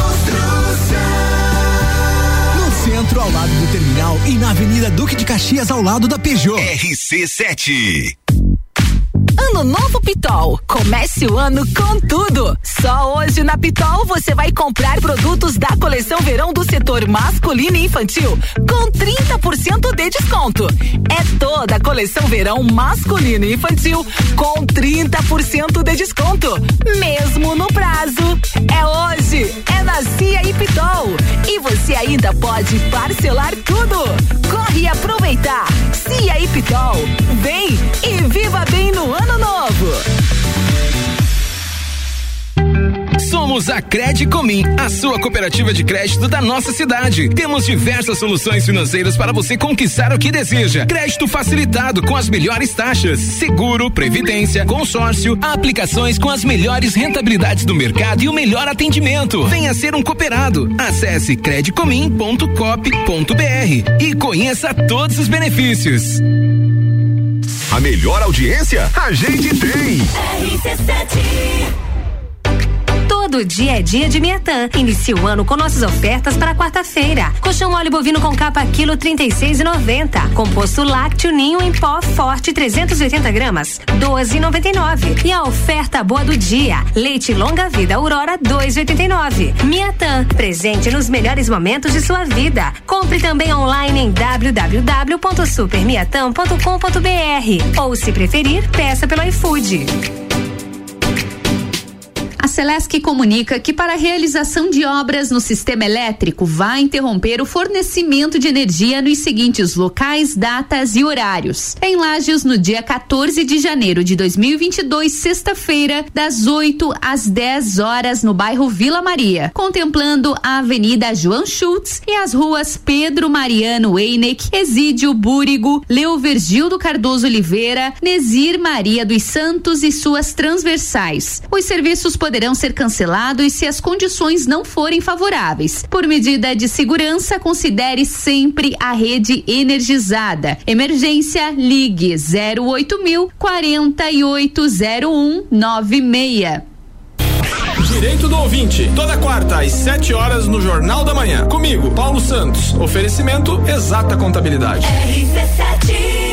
Construção. No centro, ao lado do terminal e na Avenida Duque de Caxias, ao lado da Peugeot. R C sete. Ano Novo Pitol. Comece o ano com tudo. Só hoje na Pitol você vai comprar produtos da coleção verão do setor masculino e infantil com trinta por cento de desconto. É toda a coleção verão masculino e infantil com trinta por cento de desconto. Mesmo no prazo. É hoje. É na Cia e Pitol. E você ainda pode parcelar tudo. Corre aproveitar. Cia e Pitol. Vem e viva bem no ano novo. Somos a Credicomim, a sua cooperativa de crédito da nossa cidade. Temos diversas soluções financeiras para você conquistar o que deseja. Crédito facilitado com as melhores taxas, seguro, previdência, consórcio, aplicações com as melhores rentabilidades do mercado e o melhor atendimento. Venha ser um cooperado. Acesse credicomim ponto coop ponto br e conheça todos os benefícios. A melhor audiência a gente tem. R C sete. Todo dia é dia de Miatã. Inicie o ano com nossas ofertas para quarta-feira. Colchão óleo bovino com capa quilo trinta e seis e noventa. Composto lácteo ninho em pó forte trezentos e oitenta gramas, doze e noventa e nove. E a oferta boa do dia: leite longa vida Aurora dois e oitenta e nove. Miatã, presente nos melhores momentos de sua vida. Compre também online em w w w ponto super miatã ponto com ponto b r ou, se preferir, peça pelo iFood. A Celesc comunica que para a realização de obras no sistema elétrico vai interromper o fornecimento de energia nos seguintes locais, datas e horários. Em Lages, no dia quatorze de janeiro de dois mil e vinte e dois, sexta-feira, das oito às dez horas no bairro Vila Maria, contemplando a Avenida João Schultz e as ruas Pedro Mariano Weineck, Exídio Búrigo, Leovergildo Cardoso Oliveira, Nezir Maria dos Santos e suas transversais. Os serviços poderão ser cancelados se as condições não forem favoráveis. Por medida de segurança, considere sempre a rede energizada. Emergência, ligue zero oito mil, quarenta e oito zero um nove seis. Direito do ouvinte, toda quarta às sete horas no Jornal da Manhã. Comigo, Paulo Santos. Oferecimento Exata Contabilidade. R C sete.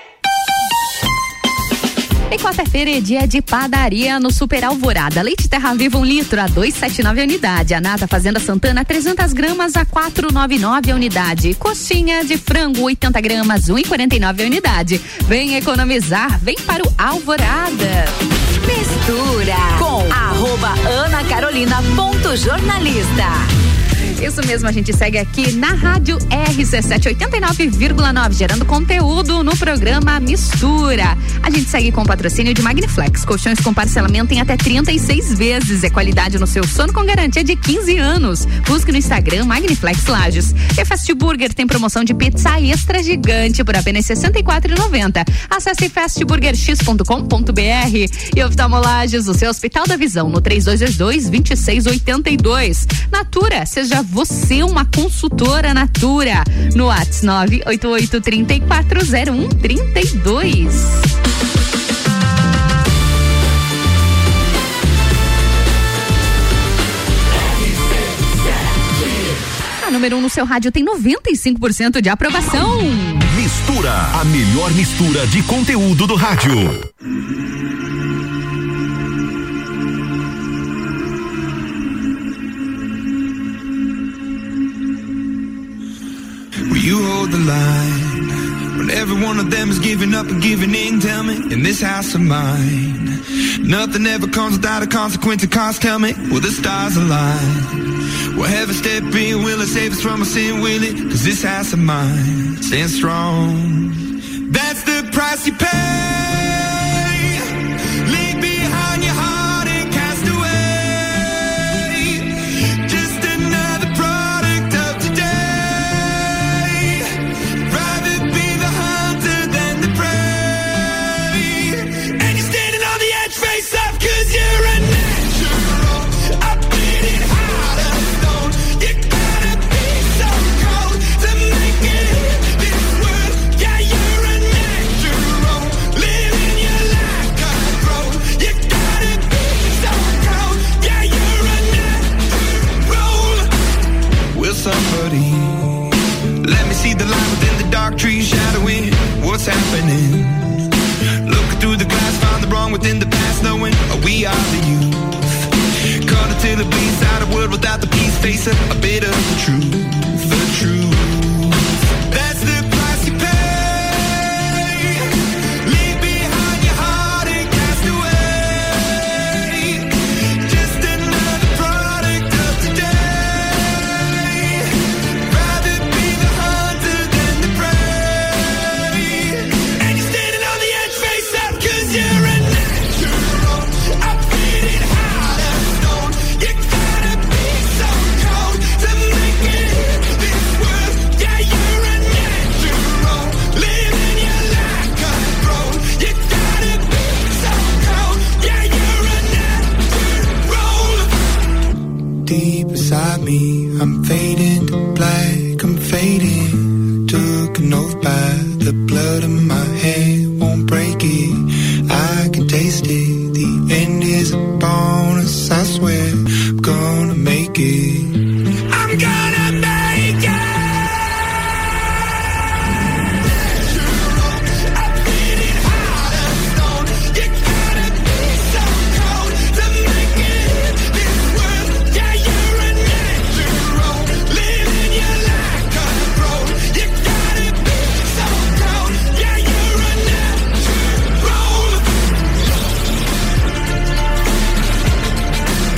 E quarta-feira é dia de padaria no Super Alvorada. Leite Terra Viva um litro a dois e setenta e nove a unidade. A nata Fazenda Santana trezentas gramas a quatro e noventa e nove a unidade. Coxinha de frango oitenta gramas um e quarenta e nove a unidade. Vem economizar, vem para o Alvorada. Mistura com arroba Ana Carolina ponto jornalista. Isso mesmo, a gente segue aqui na Rádio R C sete oitenta e nove vírgula nove, gerando conteúdo no programa Mistura. A gente segue com o patrocínio de Magniflex, colchões com parcelamento em até trinta e seis vezes. É qualidade no seu sono com garantia de quinze anos. Busque no Instagram Magniflex Lages. E Fast Burger tem promoção de pizza extra gigante por apenas sessenta e quatro reais e noventa centavos. Acesse fast burger x ponto com ponto b r. E Oftalmolages, o seu Hospital da Visão, no três dois dois dois, dois seis oito dois. Natura, seja você uma consultora Natura. No WhatsApp nove oito oito, três quatro zero um, três dois. A número um no seu rádio tem noventa e cinco por cento de aprovação. Mistura, a melhor mistura de conteúdo do rádio. Will you hold the line when every one of them is giving up and giving in? Tell me, in this house of mine, nothing ever comes without a consequence. And cost, tell me, will the stars align? Will heaven step in? Will it save us from our sin? Will it? Cause this house of mine stands strong. That's the price you pay. Leave behind your heart and cast away. Just another product of today. Rather be the hunter than the prey. And you're standing on the edge, face up, cause you're a natural. I'm beating heart of stone. You gotta be so cold to make it in this world. Yeah, you're a natural. Living your life cutthroat. You gotta be so cold. Yeah, you're a natural. Will somebody let me see the light within the dark trees shadowing what's happening? Looking through the glass, find the wrong within the past, knowing we are the youth. Caught until it bleeds out a world without the peace, facing a bit of the truth, the truth. That's the price you pay. Leave behind your heart and cast away. Just another product of today. Rather be the hunter than the prey. And you're standing on the edge, face up, cause you're a natural. I'm beating heart of stone. You gotta be so cold to make it in this world. Yeah, you're a natural. Living your life cutthroat. You gotta be so cold. Yeah, you're a natural. Deep inside me, I'm fading to black. I'm fading. Took an oath by the blood in my head. Won't break it. I can taste it. The end is upon us. I swear I'm gonna make it. I'm gonna make it. I'm beating heart of stone. You gotta be so cold to make it in this world. Yeah, you're a natural. Living your life cutthroat. You gotta be so cold. Yeah, you're a natural.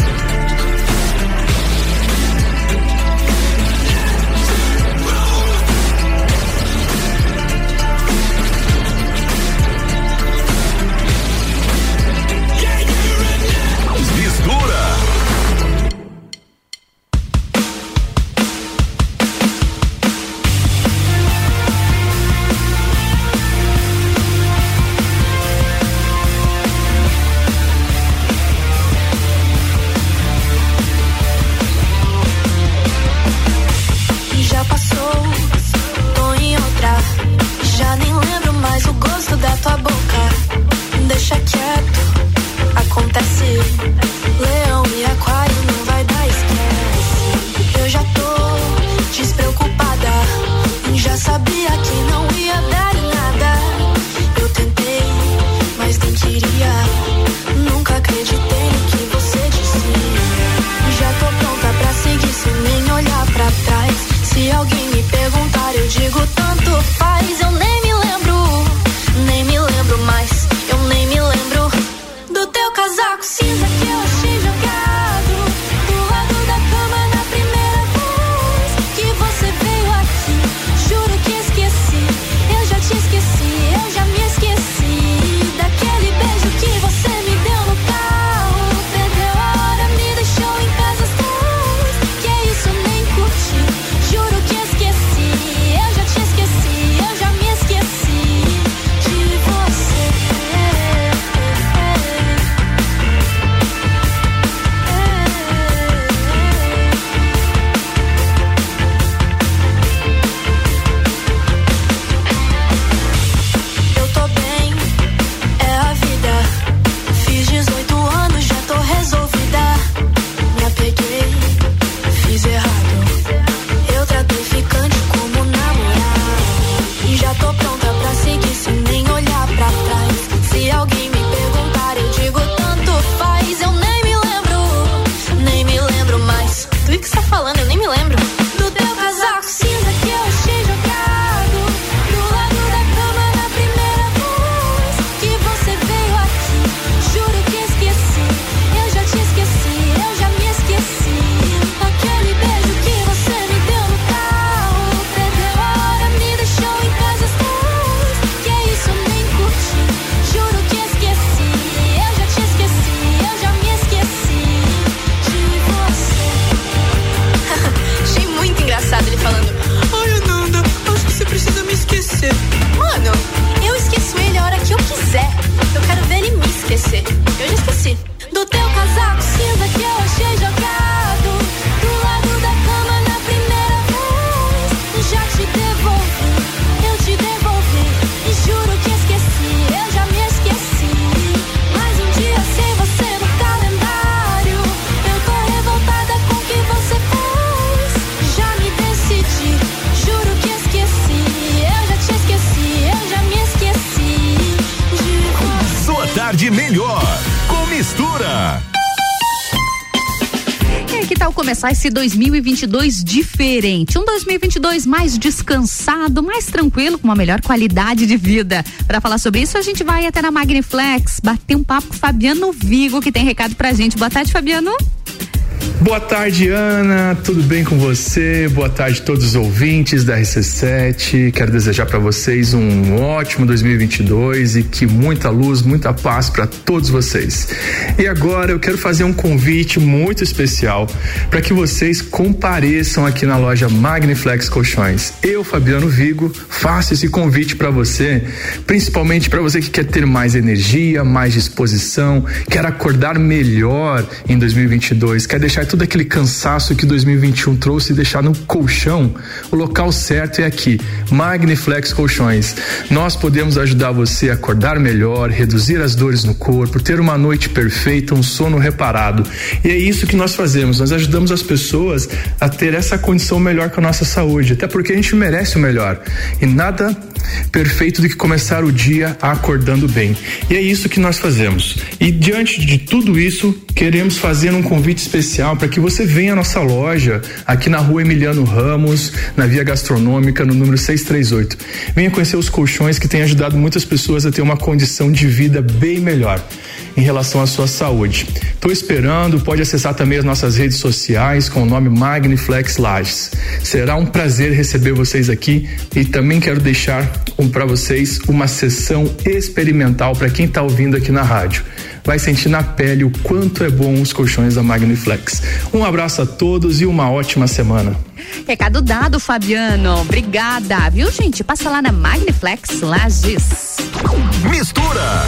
Que tal começar esse dois mil e vinte e dois diferente? Um dois mil e vinte e dois mais descansado, mais tranquilo, com uma melhor qualidade de vida. Para falar sobre isso, a gente vai até na Magniflex bater um papo com Fabiano Vigo, que tem recado pra gente. Boa tarde, Fabiano. Boa tarde, Ana, tudo bem com você? Boa tarde a todos os ouvintes da R C sete. Quero desejar para vocês um ótimo dois mil e vinte e dois e que muita luz, muita paz para todos vocês. E agora eu quero fazer um convite muito especial para que vocês compareçam aqui na loja Magniflex Colchões. Eu, Fabiano Vigo, faço esse convite para você, principalmente para você que quer ter mais energia, mais disposição, quer acordar melhor em dois mil e vinte e dois, quer deixar todo aquele cansaço que dois mil e vinte e um trouxe e deixar no colchão. O local certo é aqui, Magniflex Colchões. Nós podemos ajudar você a acordar melhor, reduzir as dores no corpo, ter uma noite perfeita, um sono reparado. E é isso que nós fazemos, nós ajudamos as pessoas a ter essa condição melhor com a nossa saúde, até porque a gente merece o melhor. E nada perfeito do que começar o dia acordando bem. E é isso que nós fazemos. E diante de tudo isso, queremos fazer um convite especial para que você venha à nossa loja aqui na rua Emiliano Ramos, na Via Gastronômica, no número seiscentos e trinta e oito. Venha conhecer os colchões que têm ajudado muitas pessoas a ter uma condição de vida bem melhor em relação à sua saúde. Estou esperando, pode acessar também as nossas redes sociais com o nome Magniflex Lages. Será um prazer receber vocês aqui e também quero deixar um, para vocês uma sessão experimental para quem está ouvindo aqui na rádio. Vai sentir na pele o quanto é bom os colchões da Magniflex. Um abraço a todos e uma ótima semana. Recado dado, Fabiano. Obrigada, viu, gente? Passa lá na Magniflex Lages. Mistura.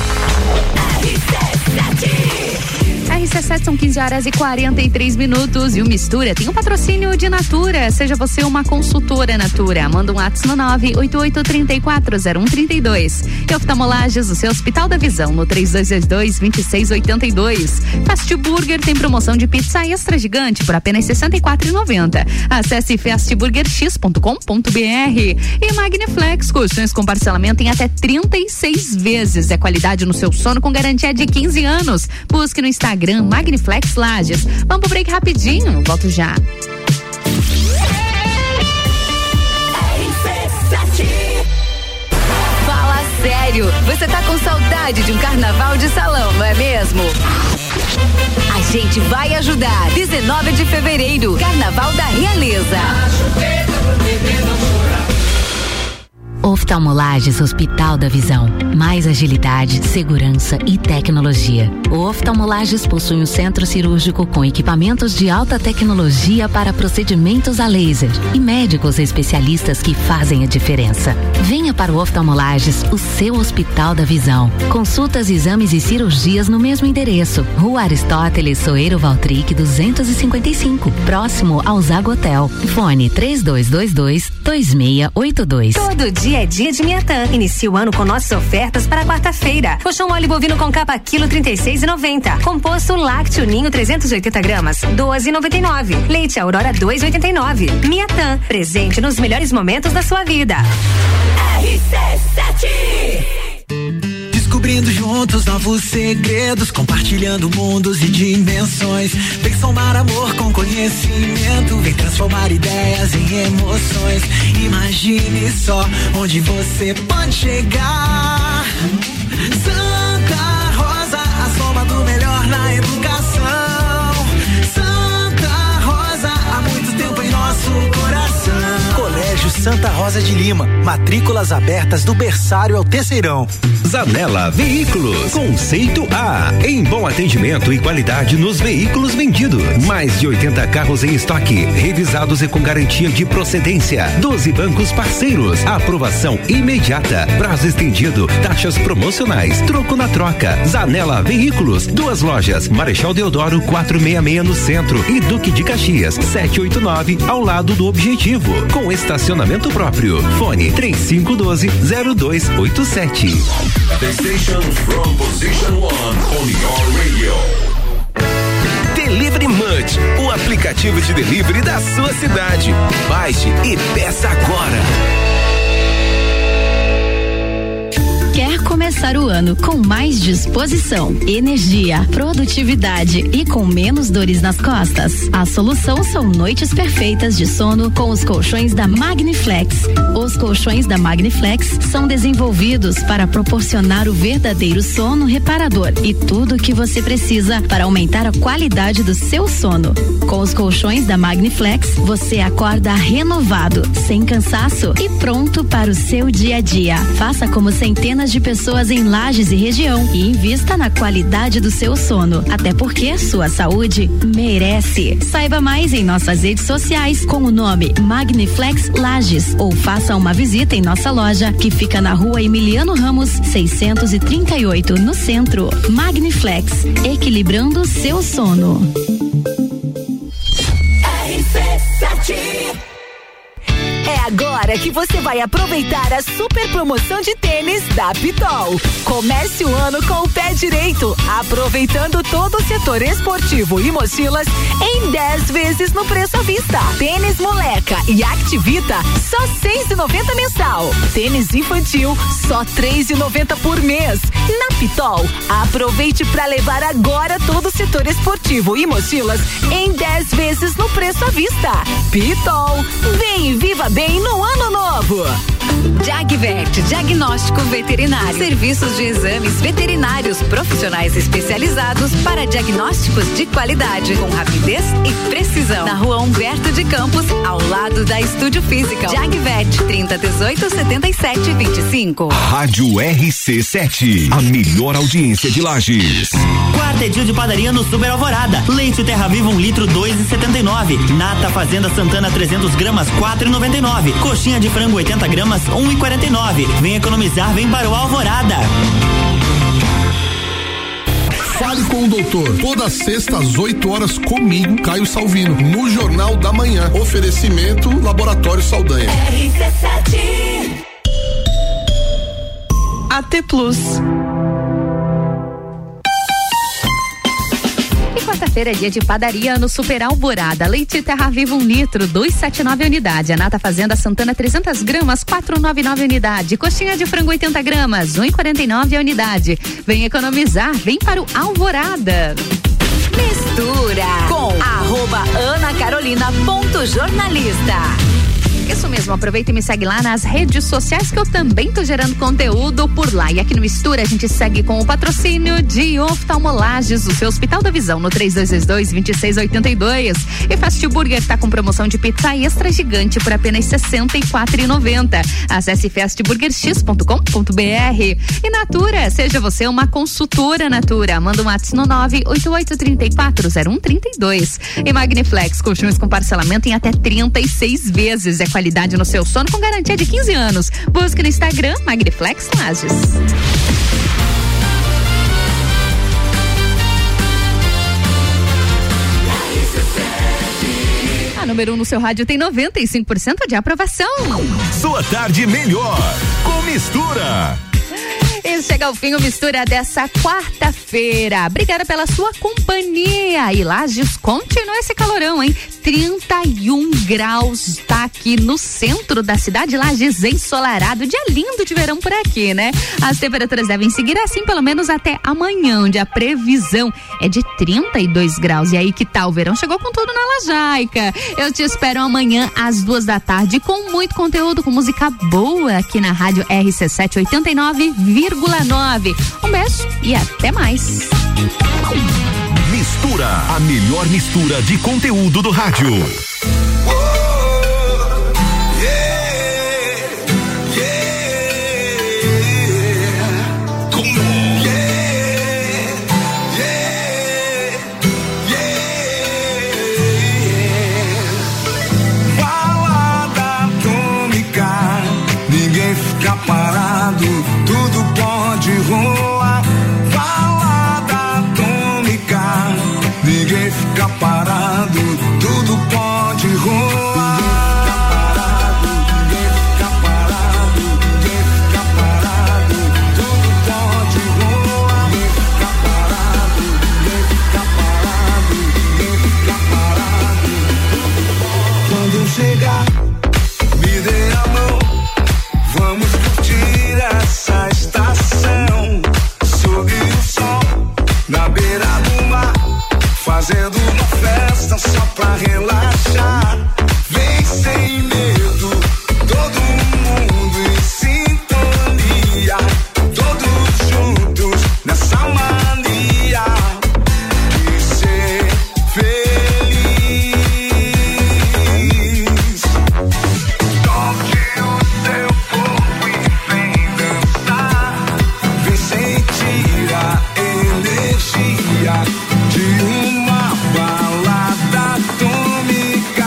R C sete são quinze horas e quarenta e três minutos e o Mistura tem um patrocínio de Natura. Seja você uma consultora Natura. Manda um WhatsApp no nove oito oito três quatro zero um três dois. E Oftalmolages, o seu Hospital da Visão, no três dois dois dois, dois seis oito dois. Fast Burger tem promoção de pizza extra gigante por apenas sessenta e quatro reais e noventa centavos. Acesse fast burger x ponto com ponto b r. E Magniflex, colchões com parcelamento em até trinta e seis vezes. É qualidade no seu sono com garantia de quinze anos. Busque no Instagram Magniflex Lages. Vamos pro break rapidinho, volto já. Fala sério, você tá com saudade de um carnaval de salão, não é mesmo? A gente vai ajudar. dezenove de fevereiro, Carnaval da Realeza. Oftalmolages Hospital da Visão. Mais agilidade, segurança e tecnologia. O Oftalmolages possui um centro cirúrgico com equipamentos de alta tecnologia para procedimentos a laser e médicos especialistas que fazem a diferença. Venha para o Oftalmolages, o seu Hospital da Visão. Consultas, exames e cirurgias no mesmo endereço. Rua Aristóteles Soeiro Valtric duzentos e cinquenta e cinco, próximo ao Zago Hotel. Fone três dois dois dois, dois seis oito dois. Todo dia é dia de Miatã. Inicie o ano com nossas ofertas para quarta-feira. Colchão mole bovino com capa quilo trinta e seis e noventa. Composto lácteo ninho trezentos e oitenta gramas, doze e noventa e nove. Leite Aurora dois e oitenta e nove. Miatã, presente nos melhores momentos da sua vida. R C sete. Descobrindo juntos novos segredos, compartilhando mundos e dimensões. Vem somar amor com conhecimento, vem transformar ideias em emoções. Imagine só onde você pode chegar. Santa Rosa, a soma do melhor na educação. Santa Rosa, há muito tempo em nosso coração. Colégio Santa Rosa de Lima, matrículas abertas do berçário ao terceirão. Zanela Veículos, conceito A, em bom atendimento e qualidade nos veículos vendidos. Mais de oitenta carros em estoque, revisados e com garantia de procedência. doze bancos parceiros, aprovação imediata, prazo estendido, taxas promocionais, troco na troca. Zanela Veículos, duas lojas, Marechal Deodoro quatrocentos e sessenta e seis no centro e Duque de Caxias setecentos e oitenta e nove ao lado do Objetivo, com estacionamento próprio. Fone três cinco um dois, zero dois oito sete. The station from position one on your radio. Delivery Munch, o aplicativo de delivery da sua cidade. Baixe e peça agora. Quer começar o ano com mais disposição, energia, produtividade e com menos dores nas costas. A solução são noites perfeitas de sono com os colchões da Magniflex. Os colchões da Magniflex são desenvolvidos para proporcionar o verdadeiro sono reparador e tudo o que você precisa para aumentar a qualidade do seu sono. Com os colchões da Magniflex, você acorda renovado, sem cansaço e pronto para o seu dia a dia. Faça como centenas de pessoas em Lages e região e invista na qualidade do seu sono, até porque sua saúde merece. Saiba mais em nossas redes sociais com o nome Magniflex Lages ou faça uma visita em nossa loja que fica na rua Emiliano Ramos seiscentos e trinta e oito no centro. Magniflex, equilibrando seu sono. É agora que você vai aproveitar a super promoção de tênis da Pitol. Comece o ano com o pé direito, aproveitando todo o setor esportivo e mochilas em dez vezes no preço à vista. Tênis Moleca e Activita, só seis e noventa mensal. Tênis infantil, só três e noventa por mês. Na Pitol, aproveite para levar agora todo o setor esportivo e mochilas em dez vezes no preço à vista. Pitol, vem e viva bem no ano novo. Jagvet, diagnóstico veterinário. Serviços de exames veterinários profissionais especializados para diagnósticos de qualidade, com rapidez e precisão. Na rua Humberto de Campos, ao lado da Estúdio Física. Jagvet, trinta, dezoito, setenta e sete, vinte e cinco. Rádio R C sete, a melhor audiência de Lages. Quarta é dia de padaria no Super Alvorada. Leite Terra Viva um litro, dois e setenta e nove. Nata Fazenda Santana trezentos gramas, quatro e noventa e nove. Coxinha de frango oitenta gramas, um e quarenta e nove. Vem economizar, vem para o Alvorada. Fale com o doutor. Toda sexta às oito horas comigo, Caio Salvino, no Jornal da Manhã. Oferecimento Laboratório Saldanha. R C sete. A T Plus. Quarta-feira é dia de padaria no Super Alvorada. Leite Terra Viva um litro, dois e setenta e nove unidade. A Nata Fazenda Santana trezentas gramas, quatro e noventa e nove unidade. Coxinha de frango oitenta gramas, um e quarenta e nove a unidade. Vem economizar, vem para o Alvorada. Mistura com arroba Ana Carolina ponto jornalista. Isso mesmo, aproveita e me segue lá nas redes sociais que eu também tô gerando conteúdo por lá. E aqui no Mistura a gente segue com o patrocínio de Oftalmolages, o seu Hospital da Visão, no três dois dois dois, dois seis oito dois. E Fast Burger tá com promoção de pizza extra gigante por apenas sessenta e quatro reais e noventa centavos. Acesse fast burger x ponto com ponto b r. E Natura, seja você uma consultora Natura. Manda um WhatsApp no nove oito oito, três quatro, zero um três dois. E Magniflex, colchões com parcelamento em até trinta e seis vezes. É qualidade no seu sono com garantia de quinze anos. Busque no Instagram Magniflex Lages. A número um no seu rádio tem noventa e cinco por cento de aprovação. Sua tarde melhor com Mistura. E chega ao fim o Mistura dessa quarta-feira. Obrigada pela sua companhia. E Lages, continua esse calorão, hein? trinta e um graus, tá aqui no centro da cidade, Lages ensolarado. Dia lindo de verão por aqui, né? As temperaturas devem seguir assim pelo menos até amanhã, onde a previsão é de trinta e dois graus. E aí, que tal? O verão chegou com tudo na Lajaica. Eu te espero amanhã às duas da tarde com muito conteúdo, com música boa aqui na rádio R C sete oitenta e nove vírgula nove. Um beijo e até mais. Mistura, a melhor mistura de conteúdo do rádio. Balada atômica, ninguém fica parado, tudo pode rolar. Balada atômica, ninguém fica parado, tudo pode rolar. Ninguém fica parado, ninguém fica parado, tudo pode rolar. Ninguém fica parado, ninguém fica parado, ninguém fica parado. Quando eu chegar, me dê a mão, vamos curtir essa estação. fazendo uma festa só pra relaxar. Vem sem medo, todo mundo em sintonia, todos juntos nessa mania de ser feliz. Toque o seu corpo e vem dançar, vem sentir a energia de uma balada atômica.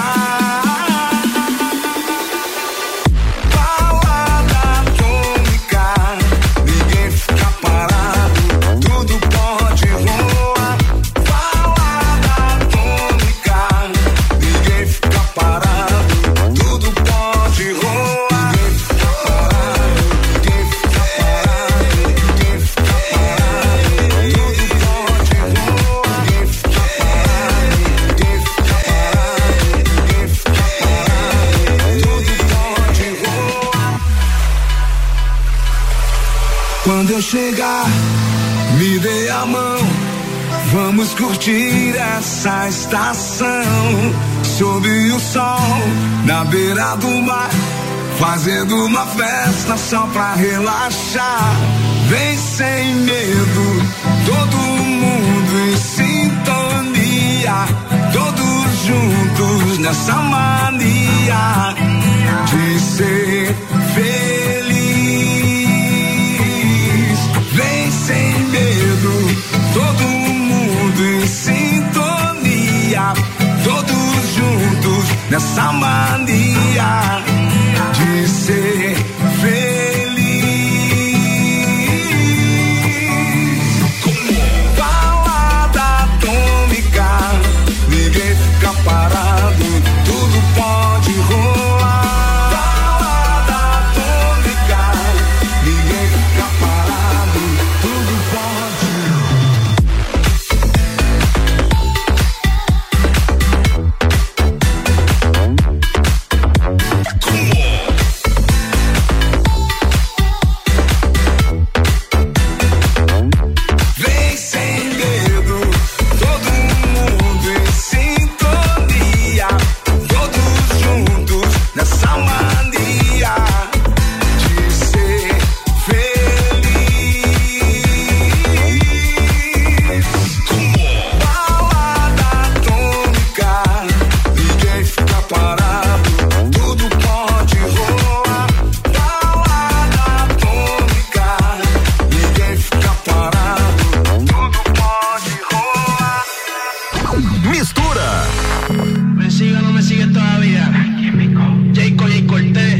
Balada atômica, ninguém fica parado, tudo pode rolar. Balada atômica, ninguém fica parado, tudo pode rolar. Ninguém fica parado, ninguém fica parado, ninguém fica parado, tudo pode rolar. Ninguém fica parado, ninguém fica parado, ninguém fica parado, tudo pode rolar. Quando eu chegar, me dê a mão, vamos curtir essa estação, sob o sol, na beira do mar, fazendo uma festa só pra relaxar. Vem sem medo, todo mundo em sintonia, todos juntos nessa mania de ser feliz. Vem sem medo, todo mundo em sintonia, todos juntos nessa mania de ser feliz. Balada atômica, ninguém fica parado, tudo pode rolar. Balada atômica, ninguém fica parado, tudo pode Vem sem medo, todo mundo em sintonia, todos juntos nessa mania de ser feliz. Balada atômica, ninguém fica parado, tudo pode rolar. Balada atômica, ninguém fica parado, tudo pode rolar. Mistura. ¿Me sigue o no me sigue todavía? Jayco y Cortés,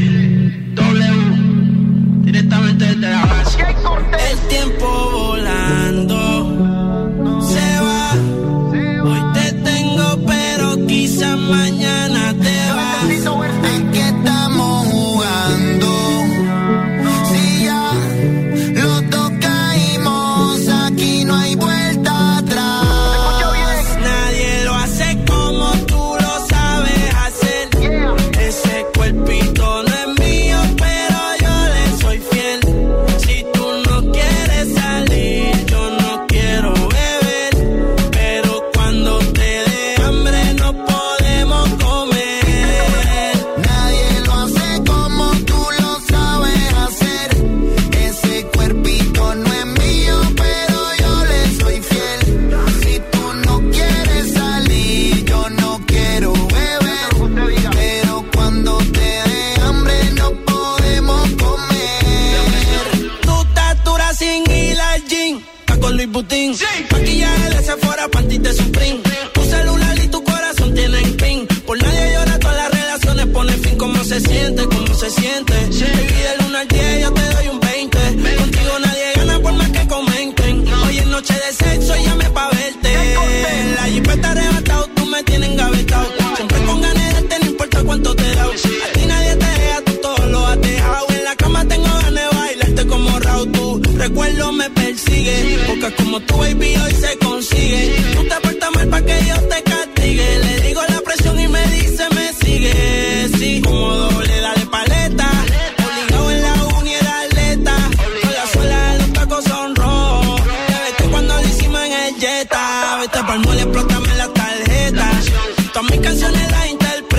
W, directamente desde la base. El tiempo volando se va. Hoy te tengo, pero quizás mañana te vas. ¿A qué estamos jugando? Si ya los dos caímos, aquí no hay vuelta atrás. Nadie lo hace como tú lo sabes hacer. Ese cuerpito no es mío, pero yo le soy fiel. Si tú no quieres salir, yo no quiero beber. Pero cuando te dé hambre no podemos comer. Nadie lo hace como tú lo sabes hacer. Ese cuerpito no es mío, pero yo le soy fiel. Si tú no quieres salir, yo no quiero beber. Pero cuando te dé hambre no podemos comer. Tu estatura sin ir al gym, pa' con Luis Butín. Maquillaje de Sephora, panty de Supreme. Tu celular y tu corazón tienen pin. Por nadie llora, todas las relaciones pone fin. ¿Cómo se siente? ¿Cómo se siente? Baby, del uno al diez yo te doy un veinte. Contigo nadie gana por más que comenten. Hoy es noche de sexo, llame pa' verte. La jipeta arrebatado, tú me tienes engavetado. Siempre con ganas de darte, no importa cuánto te da. A ti nadie te deja, tú todo lo has dejado. En la cama tengo ganas de bailarte como Raúl. Tu recuerdo me persigue, porque como tu baby hoy se consigue. Tú te portas mal pa' que yo te castigue. Le digo la presión y me dice me sigue. Sí, como doble da de paleta. Obligado en la uni era atleta. Con la suela de los tacos son rojos. Te vete cuando lo hicimos en el Jetta. Vete pa'l mole, explótame la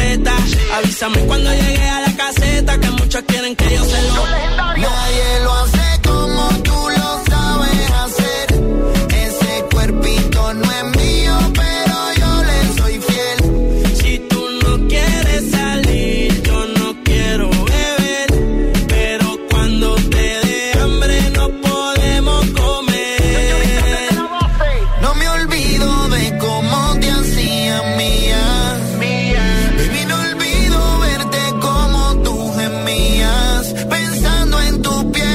completa. Avísame cuando llegue a la caseta, que muchos quieren que yo se lo. Nadie lo hace como tú lo sabes hacer. Ese cuerpito no es mío, pero yo le soy fiel. Si tú no quieres salir, yo no quiero beber, pero cuando te dé hambre no podemos comer. No me olvido de cómo te hacía mía. Baby, no olvido verte como tú gemías, pensando en tu piel.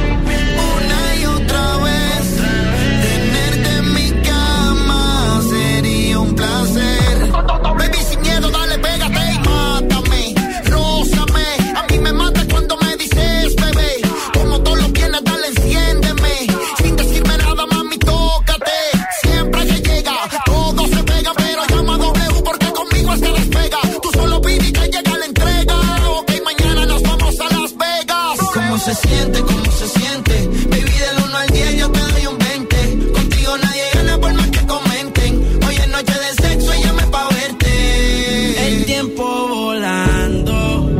Una y otra vez, tenerte en mi cama sería un placer. Baby, sin miedo, dale, pégate y mátame. Rózame, a mí me mata cuando me dices, bebé. Como tú lo tienes, dale, enciéndeme. Sin decirme nada, mami, tócate. Siempre que llega, todo se pega, pero llama a W porque conmigo es que despega. Tú solo pide y te llega la entrega. Ok, mañana nos vamos a Las Vegas. ¿Cómo se siente? ¿Cómo se siente? Baby, del uno al diez yo te doy un veinte. Contigo nadie gana por más que comenten. Hoy es noche de sexo y llame pa' verte. El tiempo volando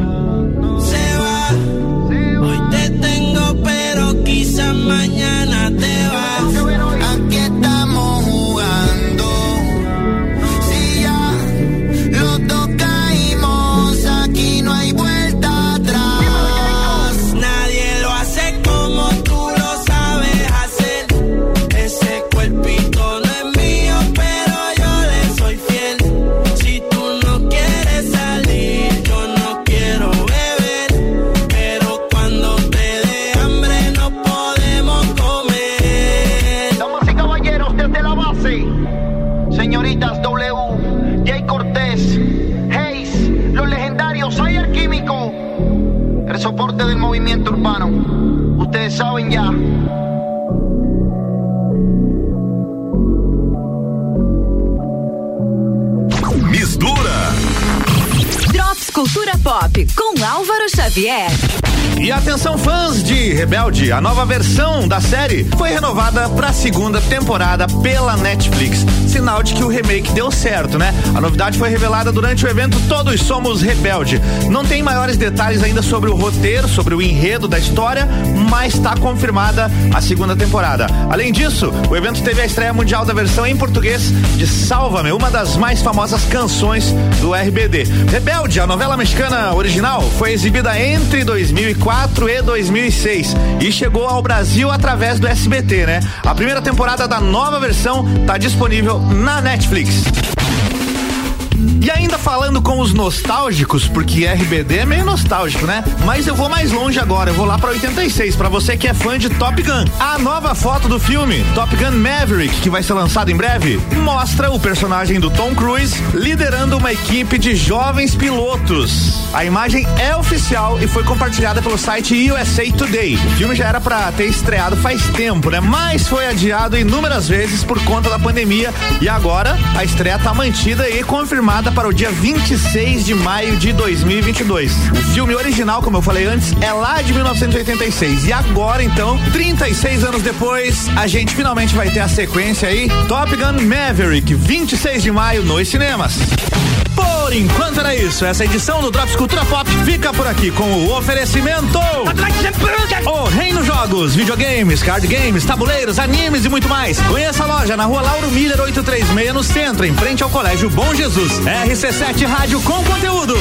se va. Hoy te tengo, pero quizás mañana te vas. Aquí estamos jugando. Si ya los dos caímos, aquí no hay vuelta atrás. Nadie lo hace como tú lo sabes hacer. Ese cuerpito no es mío, pero yo le soy fiel. Si tú no quieres salir, yo no quiero beber, pero cuando te dé hambre no podemos comer. Damas y caballeros, desde la base, señoritas W, Jay Cortés, Hayes, los legendarios, Ayer Químico, el soporte del movimiento urbano. Ustedes saben ya. Mistura. Drops Cultura Pop com Álvaro Xavier. E atenção, fãs de Rebelde, a nova versão da série foi renovada para a segunda temporada pela Netflix. Sinal de que o remake deu certo, né? A novidade foi revelada durante o evento Todos Somos Rebelde. Não tem maiores detalhes ainda sobre o roteiro, sobre o enredo da história, mas está confirmada a segunda temporada. Além disso, o evento teve a estreia mundial da versão em português de Sálvame, uma das mais famosas canções do R B D. Rebelde, a novela mexicana original, foi exibida entre dois mil e quatro e dois mil e seis e chegou ao Brasil através do S B T, né? A primeira temporada da nova versão está disponível na Netflix. E ainda falando com os nostálgicos, porque R B D é meio nostálgico, né? Mas eu vou mais longe agora, eu vou lá pra oitenta e seis, pra você que é fã de Top Gun. A nova foto do filme, Top Gun Maverick, que vai ser lançado em breve, mostra o personagem do Tom Cruise liderando uma equipe de jovens pilotos. A imagem é oficial e foi compartilhada pelo site U S A Today. O filme já era pra ter estreado faz tempo, né? Mas foi adiado inúmeras vezes por conta da pandemia e agora a estreia tá mantida e confirmada para o dia vinte e seis de maio de dois mil e vinte e dois. O filme original, como eu falei antes, é lá de mil novecentos e oitenta e seis. E agora, então, trinta e seis anos depois, a gente finalmente vai ter a sequência aí, Top Gun Maverick, vinte e seis de maio nos cinemas. Por enquanto era isso. Essa edição do Drops Cultura Pop fica por aqui com o oferecimento O Reino Jogos, videogames, card games, tabuleiros, animes e muito mais. Conheça a loja na rua Lauro Miller oitocentos e trinta e seis no centro, em frente ao Colégio Bom Jesus. R C sete Rádio com conteúdo.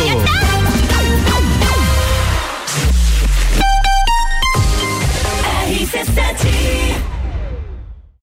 R C sete